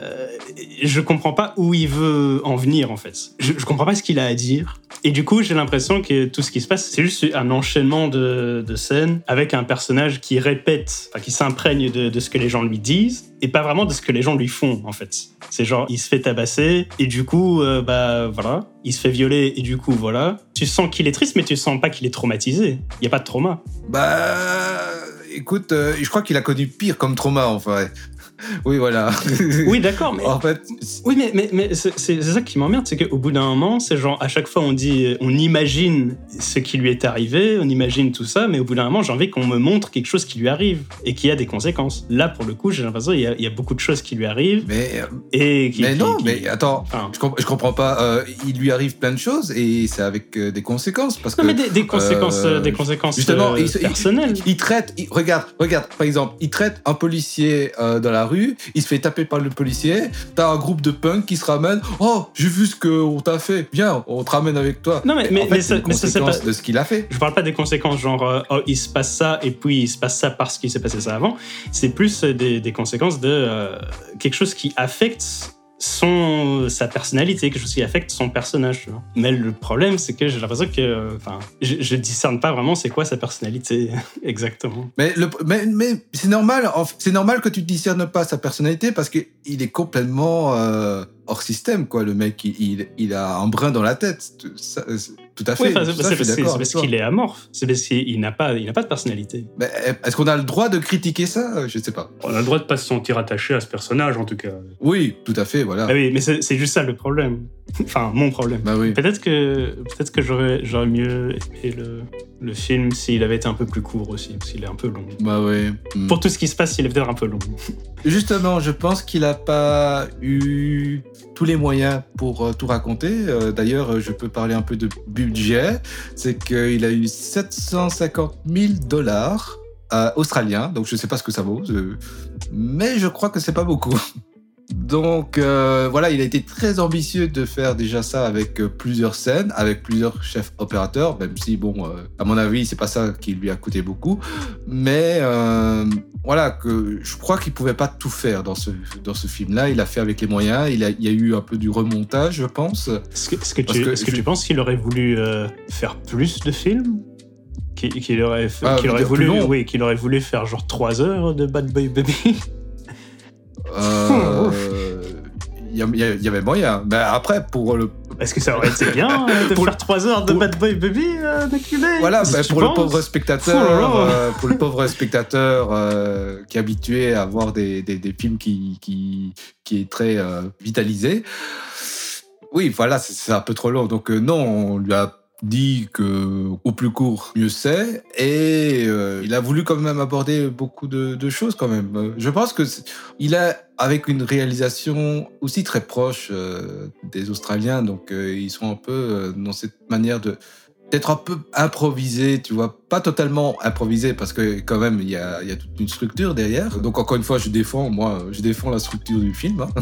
[SPEAKER 1] je comprends pas où il veut en venir en fait. Je comprends pas ce qu'il a à dire. Et du coup, j'ai l'impression que tout ce qui se passe, c'est juste un enchaînement de scènes avec un personnage qui répète, qui s'imprègne de ce que les gens lui disent et pas vraiment de ce que les gens lui font en fait. C'est genre, il se fait tabasser et du coup, voilà, il se fait violer et du coup, voilà. Tu sens qu'il est triste, mais tu sens pas qu'il est traumatisé. Il y a pas de trauma.
[SPEAKER 4] Écoute, je crois qu'il a connu pire comme trauma, en fait. Oui, voilà.
[SPEAKER 1] Oui, d'accord, mais...
[SPEAKER 4] En fait...
[SPEAKER 1] Oui, mais c'est ça qui m'emmerde, c'est qu'au bout d'un moment, c'est genre, à chaque fois, on imagine ce qui lui est arrivé, on imagine tout ça, mais au bout d'un moment, j'ai envie qu'on me montre quelque chose qui lui arrive et qui a des conséquences. Là, pour le coup, j'ai l'impression qu'il y a beaucoup de choses qui lui arrivent.
[SPEAKER 4] Mais attends, je comprends pas. Il lui arrive plein de choses et c'est avec des conséquences. Parce
[SPEAKER 1] mais des conséquences
[SPEAKER 4] justement,
[SPEAKER 1] personnelles.
[SPEAKER 4] Regarde, par exemple, il traite un policier dans la rue, il se fait taper par le policier, t'as un groupe de punks qui se ramènent. Oh, j'ai vu ce qu'on t'a fait, viens, on te ramène avec toi.
[SPEAKER 1] Non, mais ça, c'est pas
[SPEAKER 4] de ce qu'il a fait.
[SPEAKER 1] Je parle pas des conséquences genre il se passe ça et puis il se passe ça parce qu'il s'est passé ça avant. C'est plus des conséquences de quelque chose qui affecte sa personnalité, quelque chose qui affecte son personnage, tu vois. Mais le problème, c'est que j'ai l'impression que, je discerne pas vraiment c'est quoi sa personnalité exactement.
[SPEAKER 4] Mais c'est normal que tu discernes pas sa personnalité parce que il est complètement hors système, quoi. Le mec, il a un brin dans la tête. Tout à fait.
[SPEAKER 1] Oui, c'est parce qu'il est amorphe. C'est parce qu'il n'a pas de personnalité.
[SPEAKER 4] Mais est-ce qu'on a le droit de critiquer ça ? Je sais pas.
[SPEAKER 3] On a le droit de pas se sentir attaché à ce personnage, en tout cas.
[SPEAKER 4] Oui, tout à fait, voilà.
[SPEAKER 1] Ah oui, mais c'est juste ça le problème. Enfin, mon problème.
[SPEAKER 4] Oui.
[SPEAKER 1] Peut-être que j'aurais mieux aimé le film s'il avait été un peu plus court aussi, parce qu'il est un peu long.
[SPEAKER 4] Oui.
[SPEAKER 1] Pour tout ce qui se passe, il est peut-être un peu long.
[SPEAKER 4] Justement, je pense qu'il n'a pas eu tous les moyens pour tout raconter. D'ailleurs, je peux parler un peu de budget. C'est qu'il a eu $750,000 australiens, donc je ne sais pas ce que ça vaut, mais je crois que c'est pas beaucoup. Donc voilà, il a été très ambitieux de faire déjà ça avec plusieurs scènes, avec plusieurs chefs opérateurs, même si à mon avis c'est pas ça qui lui a coûté beaucoup, mais voilà, que je crois qu'il pouvait pas tout faire dans ce film-là. Il a fait avec les moyens. Il y a eu un peu du remontage, je pense.
[SPEAKER 1] Est-ce que tu penses qu'il aurait voulu faire plus de films? Qu'il aurait voulu faire genre 3 heures de Bad Boy Baby?
[SPEAKER 4] Il y avait moyen. Mais après, pour le...
[SPEAKER 1] Est-ce que ça aurait été bien de faire 3 heures de Bad Boy Baby d'acculé?
[SPEAKER 4] Voilà, pour le pauvre spectateur, qui est habitué à voir des films qui est très vitalisé. Oui, voilà, c'est un peu trop long. Donc non, on lui a dit que au plus court, mieux c'est. Et il a voulu quand même aborder beaucoup de choses quand même. Je pense que il a, avec une réalisation aussi très proche des Australiens, donc ils sont un peu dans cette manière d'être un peu improvisé, tu vois, pas totalement improvisé parce que quand même il y a toute une structure derrière. Donc encore une fois, je défends la structure du film, hein.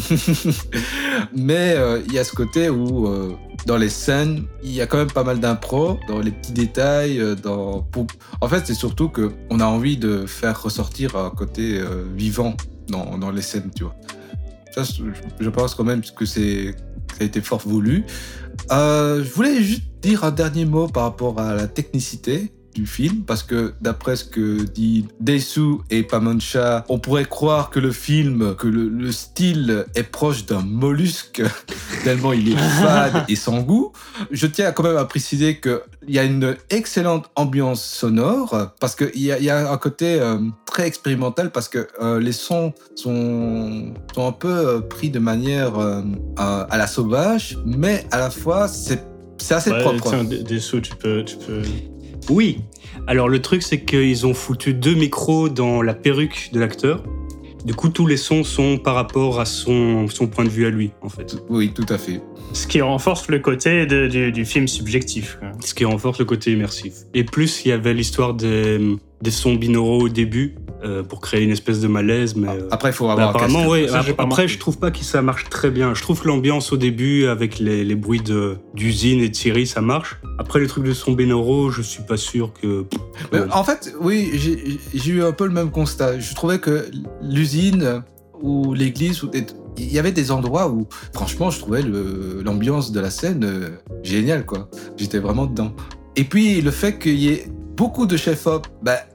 [SPEAKER 4] Mais il y a ce côté où dans les scènes, il y a quand même pas mal d'impro, dans les petits détails, en fait, c'est surtout que on a envie de faire ressortir un côté vivant dans les scènes, tu vois. Ça, je pense quand même que ça a été fort voulu. Je voulais juste dire un dernier mot par rapport à la technicité du film, parce que d'après ce que dit Daisu et Pamoncha, on pourrait croire que le film, que le style est proche d'un mollusque, tellement il est fade et sans goût. Je tiens quand même à préciser qu'il y a une excellente ambiance sonore, parce qu'il y a un côté très expérimental, parce que les sons sont un peu pris de manière à la sauvage, mais à la fois c'est assez propre.
[SPEAKER 1] Tiens, Dessous, tu peux...
[SPEAKER 3] Oui. Alors le truc, c'est qu'ils ont foutu 2 micros dans la perruque de l'acteur. Du coup, tous les sons sont par rapport à son point de vue à lui, en fait.
[SPEAKER 4] Oui, tout à fait.
[SPEAKER 1] Ce qui renforce le côté du film subjectif, quoi.
[SPEAKER 3] Ce qui renforce le côté immersif. Et plus, il y avait l'histoire des sons binauraux au début, pour créer une espèce de malaise. Mais
[SPEAKER 4] après, il faut avoir
[SPEAKER 3] apparemment, oui. Après, je trouve pas que ça marche très bien. Je trouve que l'ambiance au début, avec les bruits d'usine et de scierie, ça marche. Après, les trucs de sons binauraux, je suis pas sûr que...
[SPEAKER 4] Mais en fait, oui, j'ai eu un peu le même constat. Je trouvais que l'usine ou l'église, il y avait des endroits où, franchement, je trouvais l'ambiance de la scène géniale, quoi. J'étais vraiment dedans. Et puis, le fait qu'il y ait beaucoup de chefs-op,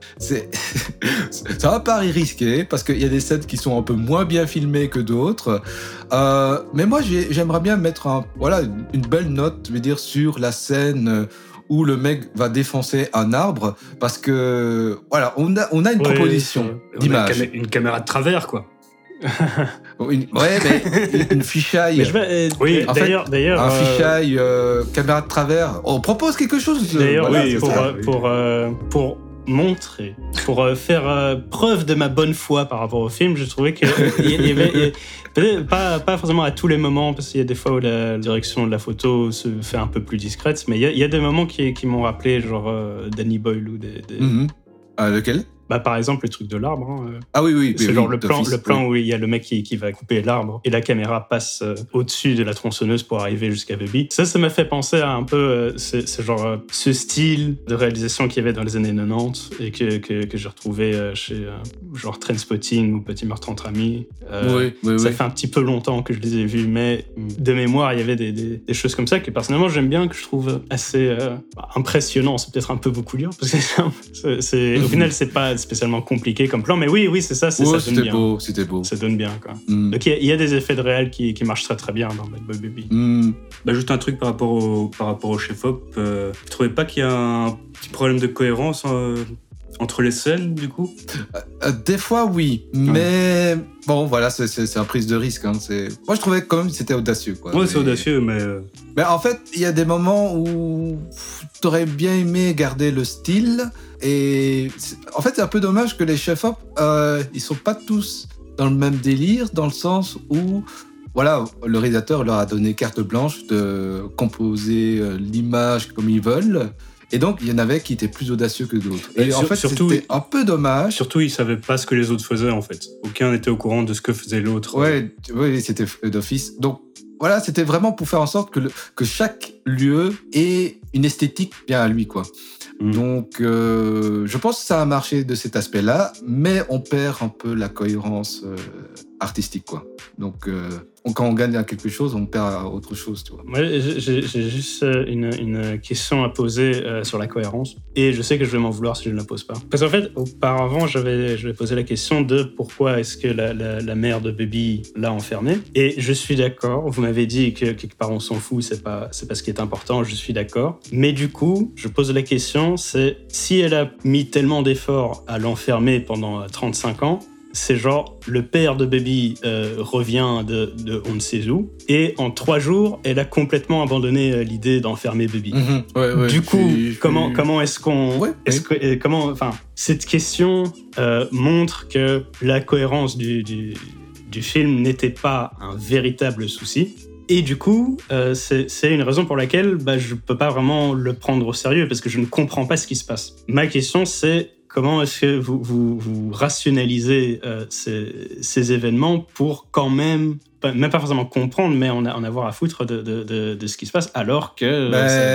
[SPEAKER 4] ça va pas risquer, parce qu'il y a des scènes qui sont un peu moins bien filmées que d'autres. Mais moi, j'aimerais bien mettre une belle note, je veux dire, sur la scène où le mec va défoncer un arbre, parce que, voilà, on a une proposition d'image.
[SPEAKER 3] Une caméra de travers, quoi.
[SPEAKER 4] Mais une fisheye.
[SPEAKER 1] Oui, d'ailleurs,
[SPEAKER 4] un fisheye, caméra de travers. On propose quelque chose.
[SPEAKER 1] D'ailleurs, pour montrer, pour faire preuve de ma bonne foi par rapport au film, je trouvais qu'il y avait peut-être pas forcément à tous les moments, parce qu'il y a des fois où la direction de la photo se fait un peu plus discrète, mais il y a des moments qui m'ont rappelé genre Danny Boyle ou des...
[SPEAKER 4] Lequel ?
[SPEAKER 1] Par exemple, le truc de l'arbre.
[SPEAKER 4] Ah oui.
[SPEAKER 1] C'est genre le plan où il y a le mec qui va couper l'arbre et la caméra passe au-dessus de la tronçonneuse pour arriver jusqu'à Bubby. Ça m'a fait penser à un peu ce style de réalisation qu'il y avait dans les années 90 et que j'ai retrouvé chez genre Trainspotting ou Petit meurtre entre amis. Ça fait un petit peu longtemps que je les ai vus, mais de mémoire, il y avait des choses comme ça que personnellement j'aime bien, que je trouve assez impressionnant. C'est peut-être un peu beaucoup dire, parce que au final, c'est pas spécialement compliqué comme plan, mais oui, c'est ça, ça donne bien.
[SPEAKER 4] C'était beau.
[SPEAKER 1] Ça donne bien, quoi. Donc il y a des effets de réel qui marchent très très bien dans Bad Boy Baby.
[SPEAKER 3] Juste un truc par rapport au chef-op, je trouvais pas qu'il y a un petit problème de cohérence entre les scènes, du coup?
[SPEAKER 4] Des fois, oui, mais bon, voilà, c'est un prise de risque, hein. Moi, je trouvais quand même que c'était audacieux, quoi.
[SPEAKER 3] Ouais, c'est audacieux, mais...
[SPEAKER 4] Mais en fait, il y a des moments où t'aurais bien aimé garder le style, et en fait, c'est un peu dommage que les chefs-op, ils sont pas tous dans le même délire, dans le sens où, voilà, le réalisateur leur a donné carte blanche de composer l'image comme ils veulent. Et donc, il y en avait qui étaient plus audacieux que d'autres. Et en fait, c'était un peu dommage.
[SPEAKER 3] Surtout, ils ne savaient pas ce que les autres faisaient, en fait. Aucun n'était au courant de ce que faisait l'autre.
[SPEAKER 4] Oui, c'était d'office. Donc, voilà, c'était vraiment pour faire en sorte que chaque lieu ait une esthétique bien à lui, quoi. Donc, je pense que ça a marché de cet aspect-là, mais on perd un peu la cohérence artistique, quoi. Donc, quand on gagne à quelque chose, on perd à autre chose, tu vois.
[SPEAKER 1] Moi, j'ai juste une question à poser sur la cohérence, et je sais que je vais m'en vouloir si je ne la pose pas. Parce qu'en fait, auparavant, je vais poser la question de pourquoi est-ce que la mère de Baby l'a enfermée. Et je suis d'accord, vous m'avez dit que quelque part on s'en fout, c'est pas ce qui est important, je suis d'accord. Mais du coup, je pose la question, c'est si elle a mis tellement d'efforts à l'enfermer pendant 35 ans, c'est genre le père de Baby revient de on ne sait où, et en 3 jours, elle a complètement abandonné l'idée d'enfermer Baby. Du coup, comment est-ce qu'on... cette question montre que la cohérence du film n'était pas un véritable souci. Et du coup, c'est une raison pour laquelle je ne peux pas vraiment le prendre au sérieux, parce que je ne comprends pas ce qui se passe. Ma question, c'est comment est-ce que vous rationalisez ces événements pour quand même pas forcément comprendre, mais en avoir à foutre de ce qui se passe, alors que...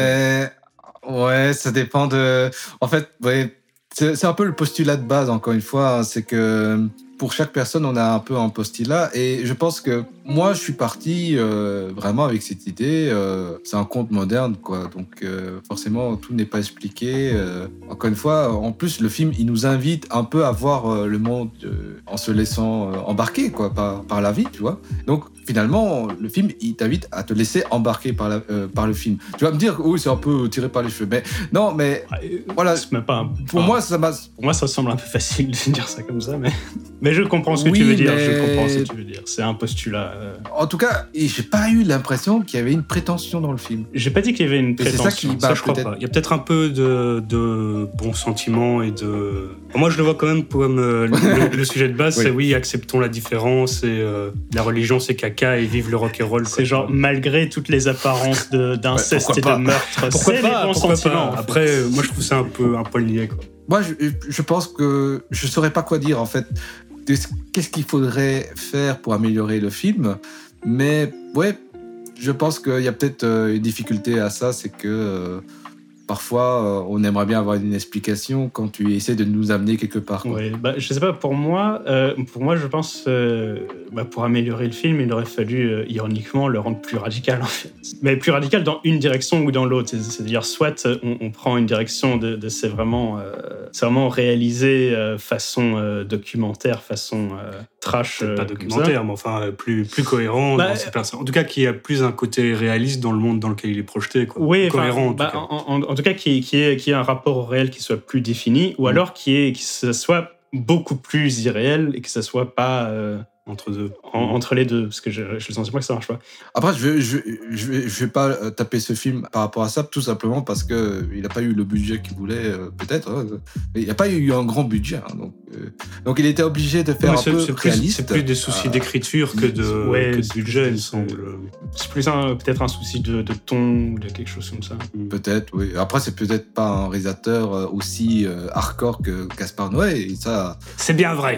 [SPEAKER 4] Ouais, ça dépend de... En fait, ouais, c'est un peu le postulat de base, encore une fois, hein, c'est que... Pour chaque personne, on a un peu un postulat, et je pense que moi, je suis parti vraiment avec cette idée. C'est un conte moderne, quoi. Donc, forcément, tout n'est pas expliqué. Encore une fois, en plus, le film, il nous invite un peu à voir le monde en se laissant embarquer, quoi, par la vie, tu vois. Donc, finalement, le film, il t'invite à te laisser embarquer par le film. Tu vas me dire, oui, c'est un peu tiré par les cheveux, mais non, mais voilà.
[SPEAKER 1] C'est même pas
[SPEAKER 4] pour moi, ça
[SPEAKER 1] semble un peu facile de dire ça comme ça, mais je comprends ce que tu veux dire. Je comprends ce que tu veux dire. C'est un postulat.
[SPEAKER 4] En tout cas, j'ai pas eu l'impression qu'il y avait une prétention dans le film.
[SPEAKER 1] J'ai pas dit qu'il y avait une prétention.
[SPEAKER 3] Ça, je crois pas. Il y a peut-être un peu de bons sentiments et de. Moi, je le vois quand même comme le sujet de base. C'est oui, acceptons la différence et la religion, c'est caca et vive le rock'n'roll.
[SPEAKER 1] C'est genre malgré toutes les apparences d'inceste et de meurtre, c'est les bons sentiments.
[SPEAKER 3] Après, moi, je trouve ça un peu niais, quoi.
[SPEAKER 4] Moi, je pense que je saurais pas quoi dire en fait. Qu'est-ce qu'il faudrait faire pour améliorer le film? Mais ouais, je pense qu'il y a peut-être une difficulté à ça, c'est que parfois on aimerait bien avoir une explication quand tu essaies de nous amener quelque part, quoi.
[SPEAKER 1] Ouais, je sais pas, pour moi je pense pour améliorer le film, il aurait fallu ironiquement le rendre plus radical en fait. Mais plus radical dans une direction ou dans l'autre, c'est-à-dire soit on prend une direction de c'est vraiment réalisé façon documentaire, façon trash,
[SPEAKER 3] pas documentaire, mais enfin plus cohérent dans ses personnes. En tout cas, qui a plus un côté réaliste dans le monde dans lequel il est projeté, quoi.
[SPEAKER 1] Oui,
[SPEAKER 3] cohérent.
[SPEAKER 1] En tout cas, qui ait un rapport au réel qui soit plus défini, ou alors que ce soit beaucoup plus irréel et que ça soit pas entre les deux, parce que je le sens pas que ça marche pas.
[SPEAKER 4] Après, je vais pas taper ce film par rapport à ça, tout simplement parce que il a pas eu le budget qu'il voulait, peut-être. Il a pas eu un grand budget, hein, donc il était obligé de faire un peu réaliste.
[SPEAKER 3] C'est plus des soucis d'écriture que de budget, il me semble.
[SPEAKER 1] C'est plus peut-être un souci de ton ou de quelque chose comme ça.
[SPEAKER 4] Peut-être, oui. Après, c'est peut-être pas un réalisateur aussi hardcore que Gaspard Noé, et ça...
[SPEAKER 3] C'est bien vrai.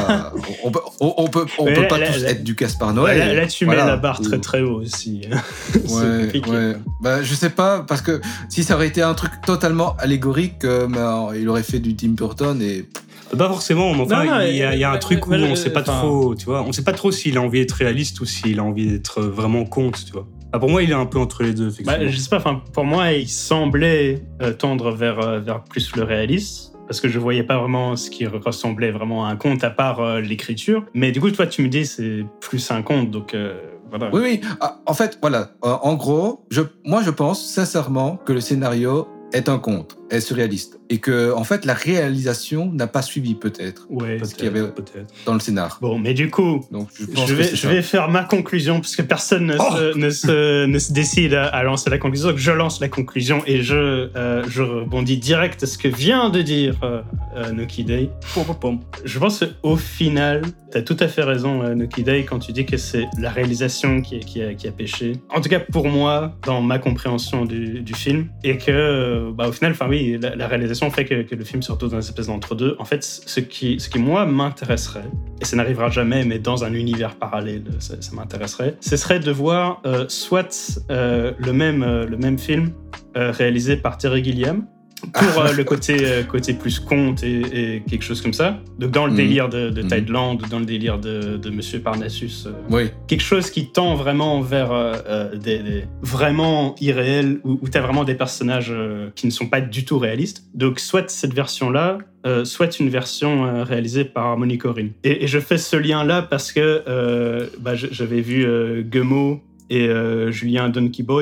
[SPEAKER 4] On peut pas tous être du Gaspard Noé.
[SPEAKER 1] Là, tu mets la barre très très haut aussi. C'est compliqué.
[SPEAKER 4] Ouais. Je sais pas, parce que si ça aurait été un truc totalement allégorique, il aurait fait du Tim Burton et...
[SPEAKER 3] Pas forcément, mais enfin, il y a un truc où on sait pas trop, tu vois. On sait pas trop s'il a envie d'être réaliste ou s'il a envie d'être vraiment conte, tu vois. Pour moi, il est un peu entre les deux, effectivement.
[SPEAKER 1] Je sais pas, pour moi, il semblait tendre vers plus le réalisme. Parce que je voyais pas vraiment ce qui ressemblait vraiment à un conte à part l'écriture. Mais du coup, toi, tu me dis c'est plus un conte, donc voilà.
[SPEAKER 4] Oui. En fait, voilà. En gros, moi, je pense sincèrement que le scénario est un conte, est surréaliste. Et que, en fait, la réalisation n'a pas suivi, peut-être. Parce qu'il y avait dans le scénar.
[SPEAKER 1] Bon, mais du coup,
[SPEAKER 4] donc,
[SPEAKER 1] je vais faire ma conclusion, parce que personne ne se décide à lancer la conclusion. Donc, je lance la conclusion et je rebondis direct à ce que vient de dire Nucky Day. Je pense qu'au final, tu as tout à fait raison, Nucky Day, quand tu dis que c'est la réalisation qui a péché. En tout cas, pour moi, dans ma compréhension du film, et que, au final, la réalisation fait que le film se retrouve dans une espèce d'entre-deux. En fait, ce qui moi, m'intéresserait, et ça n'arrivera jamais, mais dans un univers parallèle, ça m'intéresserait, ce serait de voir soit le même film réalisé par Terry Gilliam, pour le côté plus conte et quelque chose comme ça. Donc dans le délire de Tideland, dans le délire de Monsieur Parnassus. Quelque chose qui tend vraiment vers des vraiment irréels, où tu as vraiment des personnages qui ne sont pas du tout réalistes. Donc soit cette version-là, soit une version réalisée par Harmony Korine. Et je fais ce lien-là parce que j'avais vu Guillemot et Julien Donkey Boy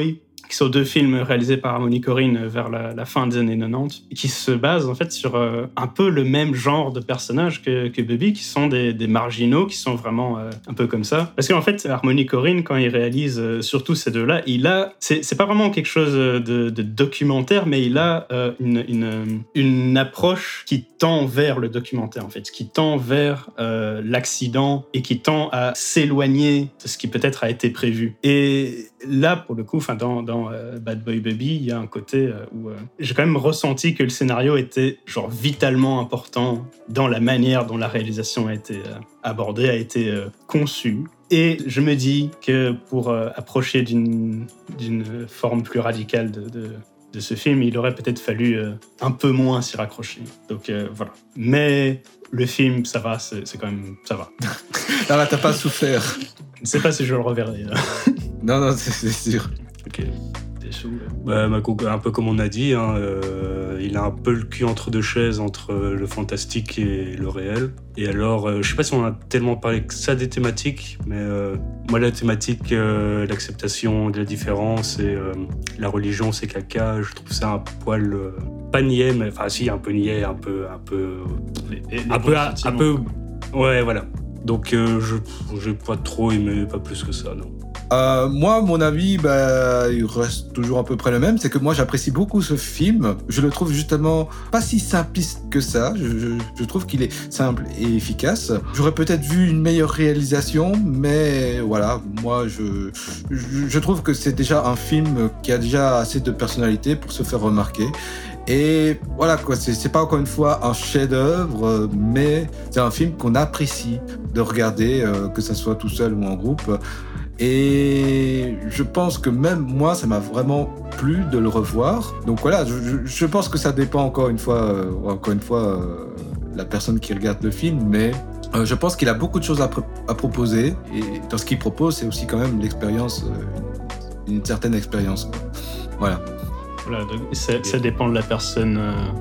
[SPEAKER 1] qui sont 2 films réalisés par Harmony Korine vers la fin des années 90, qui se basent en fait sur un peu le même genre de personnages que Bubby, qui sont des marginaux, qui sont vraiment un peu comme ça. Parce qu'en fait, Harmony Korine, quand il réalise surtout ces 2-là, c'est pas vraiment quelque chose de documentaire, mais il a une approche qui tend vers le documentaire, en fait, qui tend vers l'accident et qui tend à s'éloigner de ce qui peut-être a été prévu. Et là, pour le coup, dans Bad Boy Bubby, il y a un côté où j'ai quand même ressenti que le scénario était genre vitalement important dans la manière dont la réalisation a été abordée, a été conçue. Et je me dis que pour approcher d'une forme plus radicale de ce film, il aurait peut-être fallu un peu moins s'y raccrocher. Donc voilà. Mais le film, ça va, c'est quand même... ça va.
[SPEAKER 4] Non, là, t'as pas souffert.
[SPEAKER 1] Je ne sais pas si je le reverrai.
[SPEAKER 4] Non, c'est sûr.
[SPEAKER 1] Ok.
[SPEAKER 3] Un peu comme on a dit, il a un peu le cul entre 2 chaises, entre le fantastique et le réel. Et alors, je sais pas si on a tellement parlé que ça des thématiques, mais moi la thématique, l'acceptation de la différence et la religion, c'est caca, je trouve ça un poil pas niais, mais enfin si, un peu niais, un peu ouais, voilà. Donc j'ai pas trop aimé, pas plus que ça, non.
[SPEAKER 4] Moi, mon avis, il reste toujours à peu près le même. C'est que moi, j'apprécie beaucoup ce film. Je le trouve justement pas si simpliste que ça. Je trouve qu'il est simple et efficace. J'aurais peut-être vu une meilleure réalisation, mais voilà, moi, je trouve que c'est déjà un film qui a déjà assez de personnalité pour se faire remarquer. Et voilà, quoi, c'est pas encore une fois un chef-d'œuvre, mais c'est un film qu'on apprécie de regarder, que ça soit tout seul ou en groupe. Et je pense que même moi, ça m'a vraiment plu de le revoir. Donc voilà, je pense que ça dépend encore une fois, la personne qui regarde le film, mais je pense qu'il a beaucoup de choses à proposer. Et dans ce qu'il propose, c'est aussi quand même l'expérience, une certaine expérience, quoi. Voilà.
[SPEAKER 1] Voilà, donc ça dépend de la personne.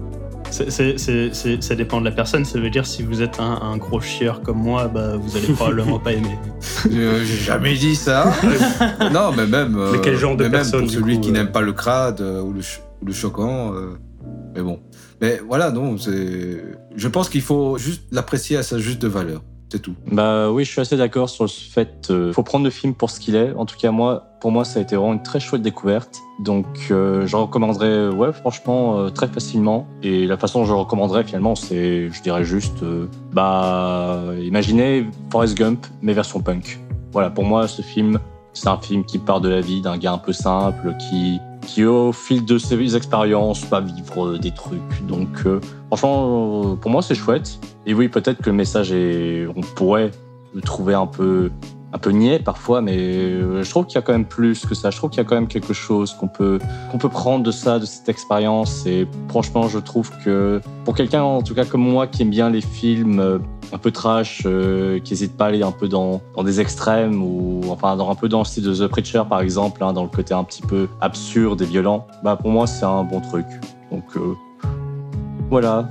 [SPEAKER 1] Ça dépend de la personne. Ça veut dire si vous êtes un gros chieur comme moi, vous allez probablement pas aimer.
[SPEAKER 4] J'ai jamais dit ça. Non, mais même.
[SPEAKER 3] Mais quel genre de personne
[SPEAKER 4] pour celui qui n'aime pas le crade ou le choquant. Mais bon. Mais voilà, non. Je pense qu'il faut juste l'apprécier à sa juste valeur. C'est tout.
[SPEAKER 2] Oui, je suis assez d'accord sur le fait faut prendre le film pour ce qu'il est. En tout cas, pour moi, ça a été vraiment une très chouette découverte. Donc, je recommanderais, franchement, très facilement. Et la façon dont je recommanderais, finalement, c'est, je dirais juste, imaginez Forrest Gump, mais version punk. Voilà, pour moi, ce film, c'est un film qui part de la vie d'un gars un peu simple, qui au fil de ses expériences va vivre des trucs. Donc franchement, pour moi c'est chouette. Et oui, peut-être que le message on pourrait le trouver un peu niais parfois, mais je trouve qu'il y a quand même plus que ça. Je trouve qu'il y a quand même quelque chose qu'on peut prendre de ça, de cette expérience. Et franchement, je trouve que pour quelqu'un, en tout cas comme moi, qui aime bien les films un peu trash, qui n'hésite pas à aller un peu dans des extrêmes, ou enfin un peu dans le style de The Preacher par exemple, dans le côté un petit peu absurde et violent, pour moi c'est un bon truc. Donc voilà.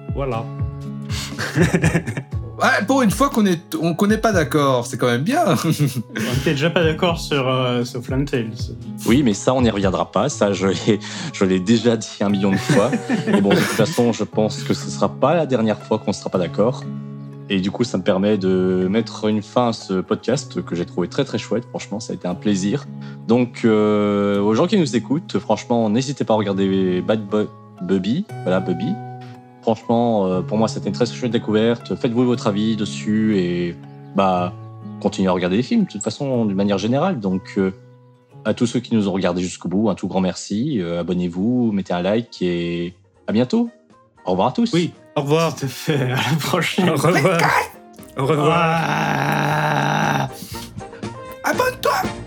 [SPEAKER 4] Ouais, pour une fois qu'on n'est pas d'accord, c'est quand même bien.
[SPEAKER 1] On n'était déjà pas d'accord sur Southland Tales.
[SPEAKER 2] Oui, mais ça, on n'y reviendra pas. Ça, je l'ai déjà dit 1 million de fois. Et bon, de toute façon, je pense que ce ne sera pas la dernière fois qu'on ne sera pas d'accord. Et du coup, ça me permet de mettre une fin à ce podcast que j'ai trouvé très très chouette. Franchement, ça a été un plaisir. Donc, aux gens qui nous écoutent, franchement, n'hésitez pas à regarder Bad Boy Bubby. Voilà, Bubby. Franchement, pour moi, c'était une très chouette découverte. Faites-vous votre avis dessus et continuez à regarder les films, de toute façon, d'une manière générale. Donc, à tous ceux qui nous ont regardés jusqu'au bout, un tout grand merci. Abonnez-vous, mettez un like et à bientôt. Au revoir à tous.
[SPEAKER 3] Oui, au revoir.
[SPEAKER 1] Tout à fait, à la prochaine.
[SPEAKER 3] Au revoir. Au revoir.
[SPEAKER 4] Abonne-toi.